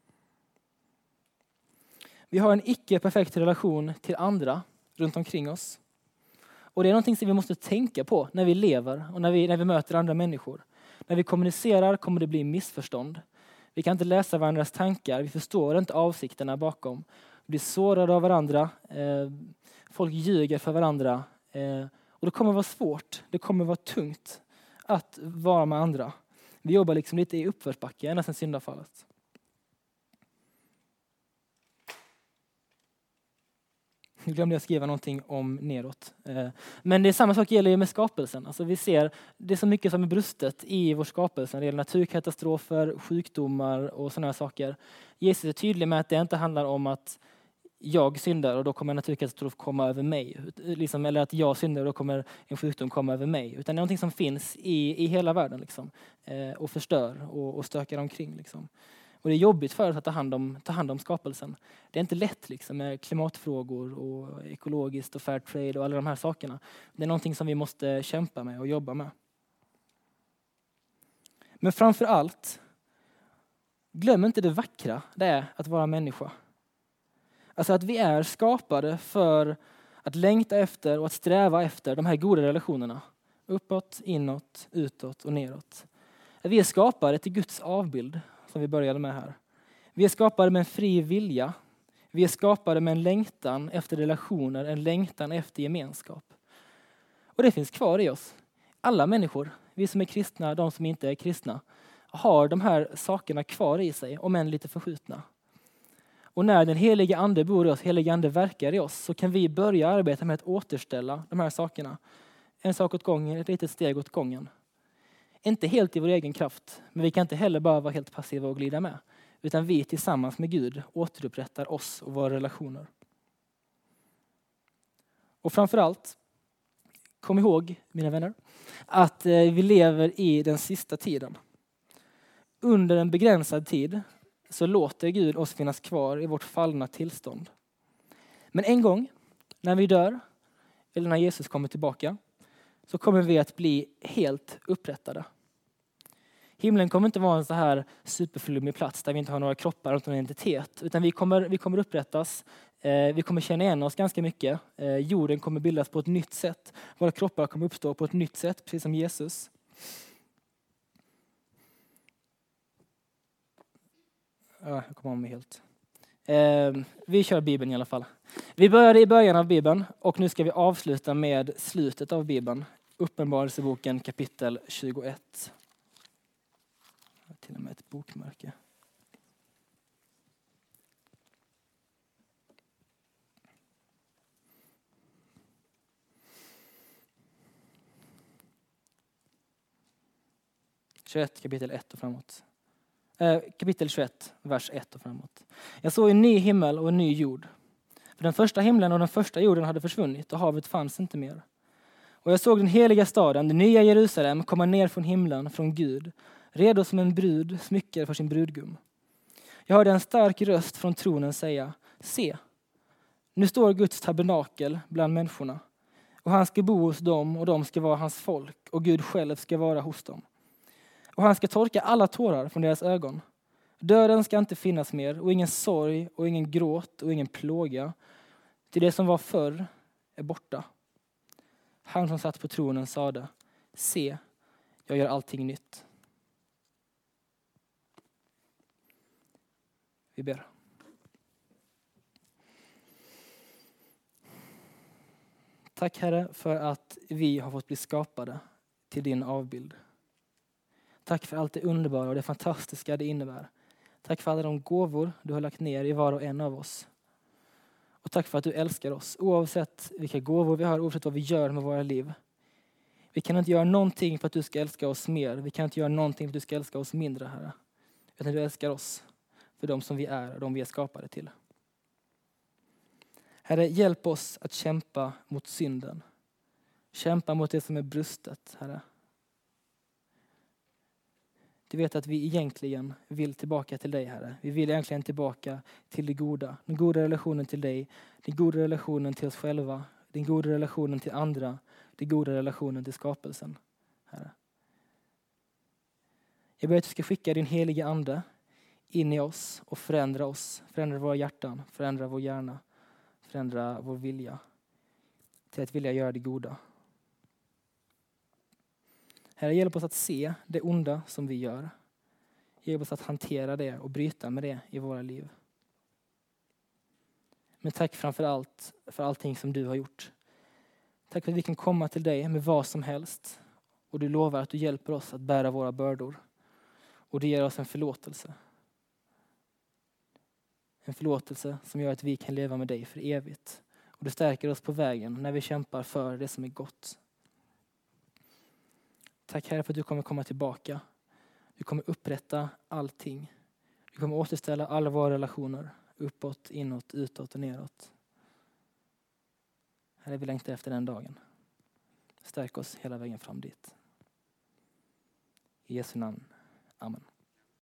Vi har en icke-perfekt relation till andra runt omkring oss. Och det är någonting som vi måste tänka på när vi lever och när vi möter andra människor. När vi kommunicerar kommer det bli missförstånd. Vi kan inte läsa varandras tankar, vi förstår inte avsikterna bakom. Vi blir sårade av varandra, folk ljuger för varandra. Och det kommer vara svårt, det kommer vara tungt att vara med andra. Vi jobbar liksom lite i uppförsbacke ända sedan syndafallet. Nu glömde jag skriva någonting om neråt. Men det är samma sak gäller med skapelsen. Alltså vi ser det är så mycket som är brustet i vår skapelse. Det gäller naturkatastrofer, sjukdomar och sådana här saker. Jesus är tydlig med att det inte handlar om att jag syndar och då kommer en naturkatastrof komma över mig. Eller att jag syndar och då kommer en sjukdom komma över mig. Utan det är någonting som finns i hela världen. Och förstör och stökar omkring. Och det är jobbigt för oss att ta hand om skapelsen. Det är inte lätt med klimatfrågor och ekologiskt och fair trade och alla de här sakerna. Det är någonting som vi måste kämpa med och jobba med. Men framför allt, glöm inte det vackra det är att vara människa. Alltså att vi är skapade för att längta efter och att sträva efter de här goda relationerna. Uppåt, inåt, utåt och neråt. Vi är skapade till Guds avbild. Som vi började med här. Vi är skapade med en fri vilja. Vi är skapade med en längtan efter relationer, en längtan efter gemenskap. Och det finns kvar i oss. Alla människor, vi som är kristna, de som inte är kristna, har de här sakerna kvar i sig, om än lite förskjutna. Och när den heliga ande bor i oss, heliga ande verkar i oss, så kan vi börja arbeta med att återställa de här sakerna. En sak åt gången, ett litet steg åt gången. Inte helt i vår egen kraft, men vi kan inte heller bara vara helt passiva och glida med. Utan vi tillsammans med Gud återupprättar oss och våra relationer. Och framförallt, kom ihåg, mina vänner, att vi lever i den sista tiden. Under en begränsad tid så låter Gud oss finnas kvar i vårt fallna tillstånd. Men en gång, när vi dör, eller när Jesus kommer tillbaka, så kommer vi att bli helt upprättade. Himlen kommer inte vara en så här superflummig plats där vi inte har några kroppar och någon identitet. Utan vi kommer upprättas, vi kommer känna igen oss ganska mycket. Jorden kommer bildas på ett nytt sätt. Våra kroppar kommer uppstå på ett nytt sätt, precis som Jesus. Ja, jag kommer om mig helt. Vi kör Bibeln i alla fall. Vi började i början av Bibeln och nu ska vi avsluta med slutet av Bibeln. Uppenbarelseboken kapitel 21. Till och med ett bokmärke. 21 kapitel 1 och framåt. Kapitel 21, vers 1 och framåt. Jag såg en ny himmel och en ny jord. För den första himlen och den första jorden hade försvunnit och havet fanns inte mer. Och jag såg den heliga staden, det nya Jerusalem, komma ner från himlen, från Gud, redo som en brud smyckad för sin brudgum. Jag hörde en stark röst från tronen säga, se, nu står Guds tabernakel bland människorna. Och han ska bo hos dem och de ska vara hans folk och Gud själv ska vara hos dem. Och han ska torka alla tårar från deras ögon. Döden ska inte finnas mer och ingen sorg och ingen gråt och ingen plåga. Till det som var förr är borta. Han som satt på tronen sade, se, jag gör allting nytt. Vi ber. Tack Herre för att vi har fått bli skapade till din avbild. Tack för allt det underbara och det fantastiska det innebär. Tack för alla de gåvor du har lagt ner i var och en av oss. Och tack för att du älskar oss oavsett vilka gåvor vi har, oavsett vad vi gör med våra liv. Vi kan inte göra någonting för att du ska älska oss mer. Vi kan inte göra någonting för att du ska älska oss mindre, Herre. Utan du älskar oss för de som vi är och de vi är skapade till. Herre, hjälp oss att kämpa mot synden. Kämpa mot det som är brustet, Herre. Du vet att vi egentligen vill tillbaka till dig, Herre. Vi vill egentligen tillbaka till det goda. Den goda relationen till dig. Den goda relationen till oss själva. Den goda relationen till andra. Den goda relationen till skapelsen, Herre. Jag ber att du ska skicka din heliga ande in i oss och förändra oss. Förändra våra hjärtan. Förändra vår hjärna. Förändra vår vilja. Till att vilja göra det goda. Herre, hjälp oss att se det onda som vi gör. Hjälp oss att hantera det och bryta med det i våra liv. Men tack framför allt för allting som du har gjort. Tack för att vi kan komma till dig med vad som helst. Och du lovar att du hjälper oss att bära våra bördor. Och du ger oss en förlåtelse. En förlåtelse som gör att vi kan leva med dig för evigt. Och du stärker oss på vägen när vi kämpar för det som är gott. Tack Herre för att du kommer komma tillbaka. Du kommer upprätta allting. Du kommer återställa alla våra relationer. Uppåt, inåt, utåt och neråt. Herre, vi längtar efter den dagen. Stärk oss hela vägen fram dit. I Jesu namn. Amen.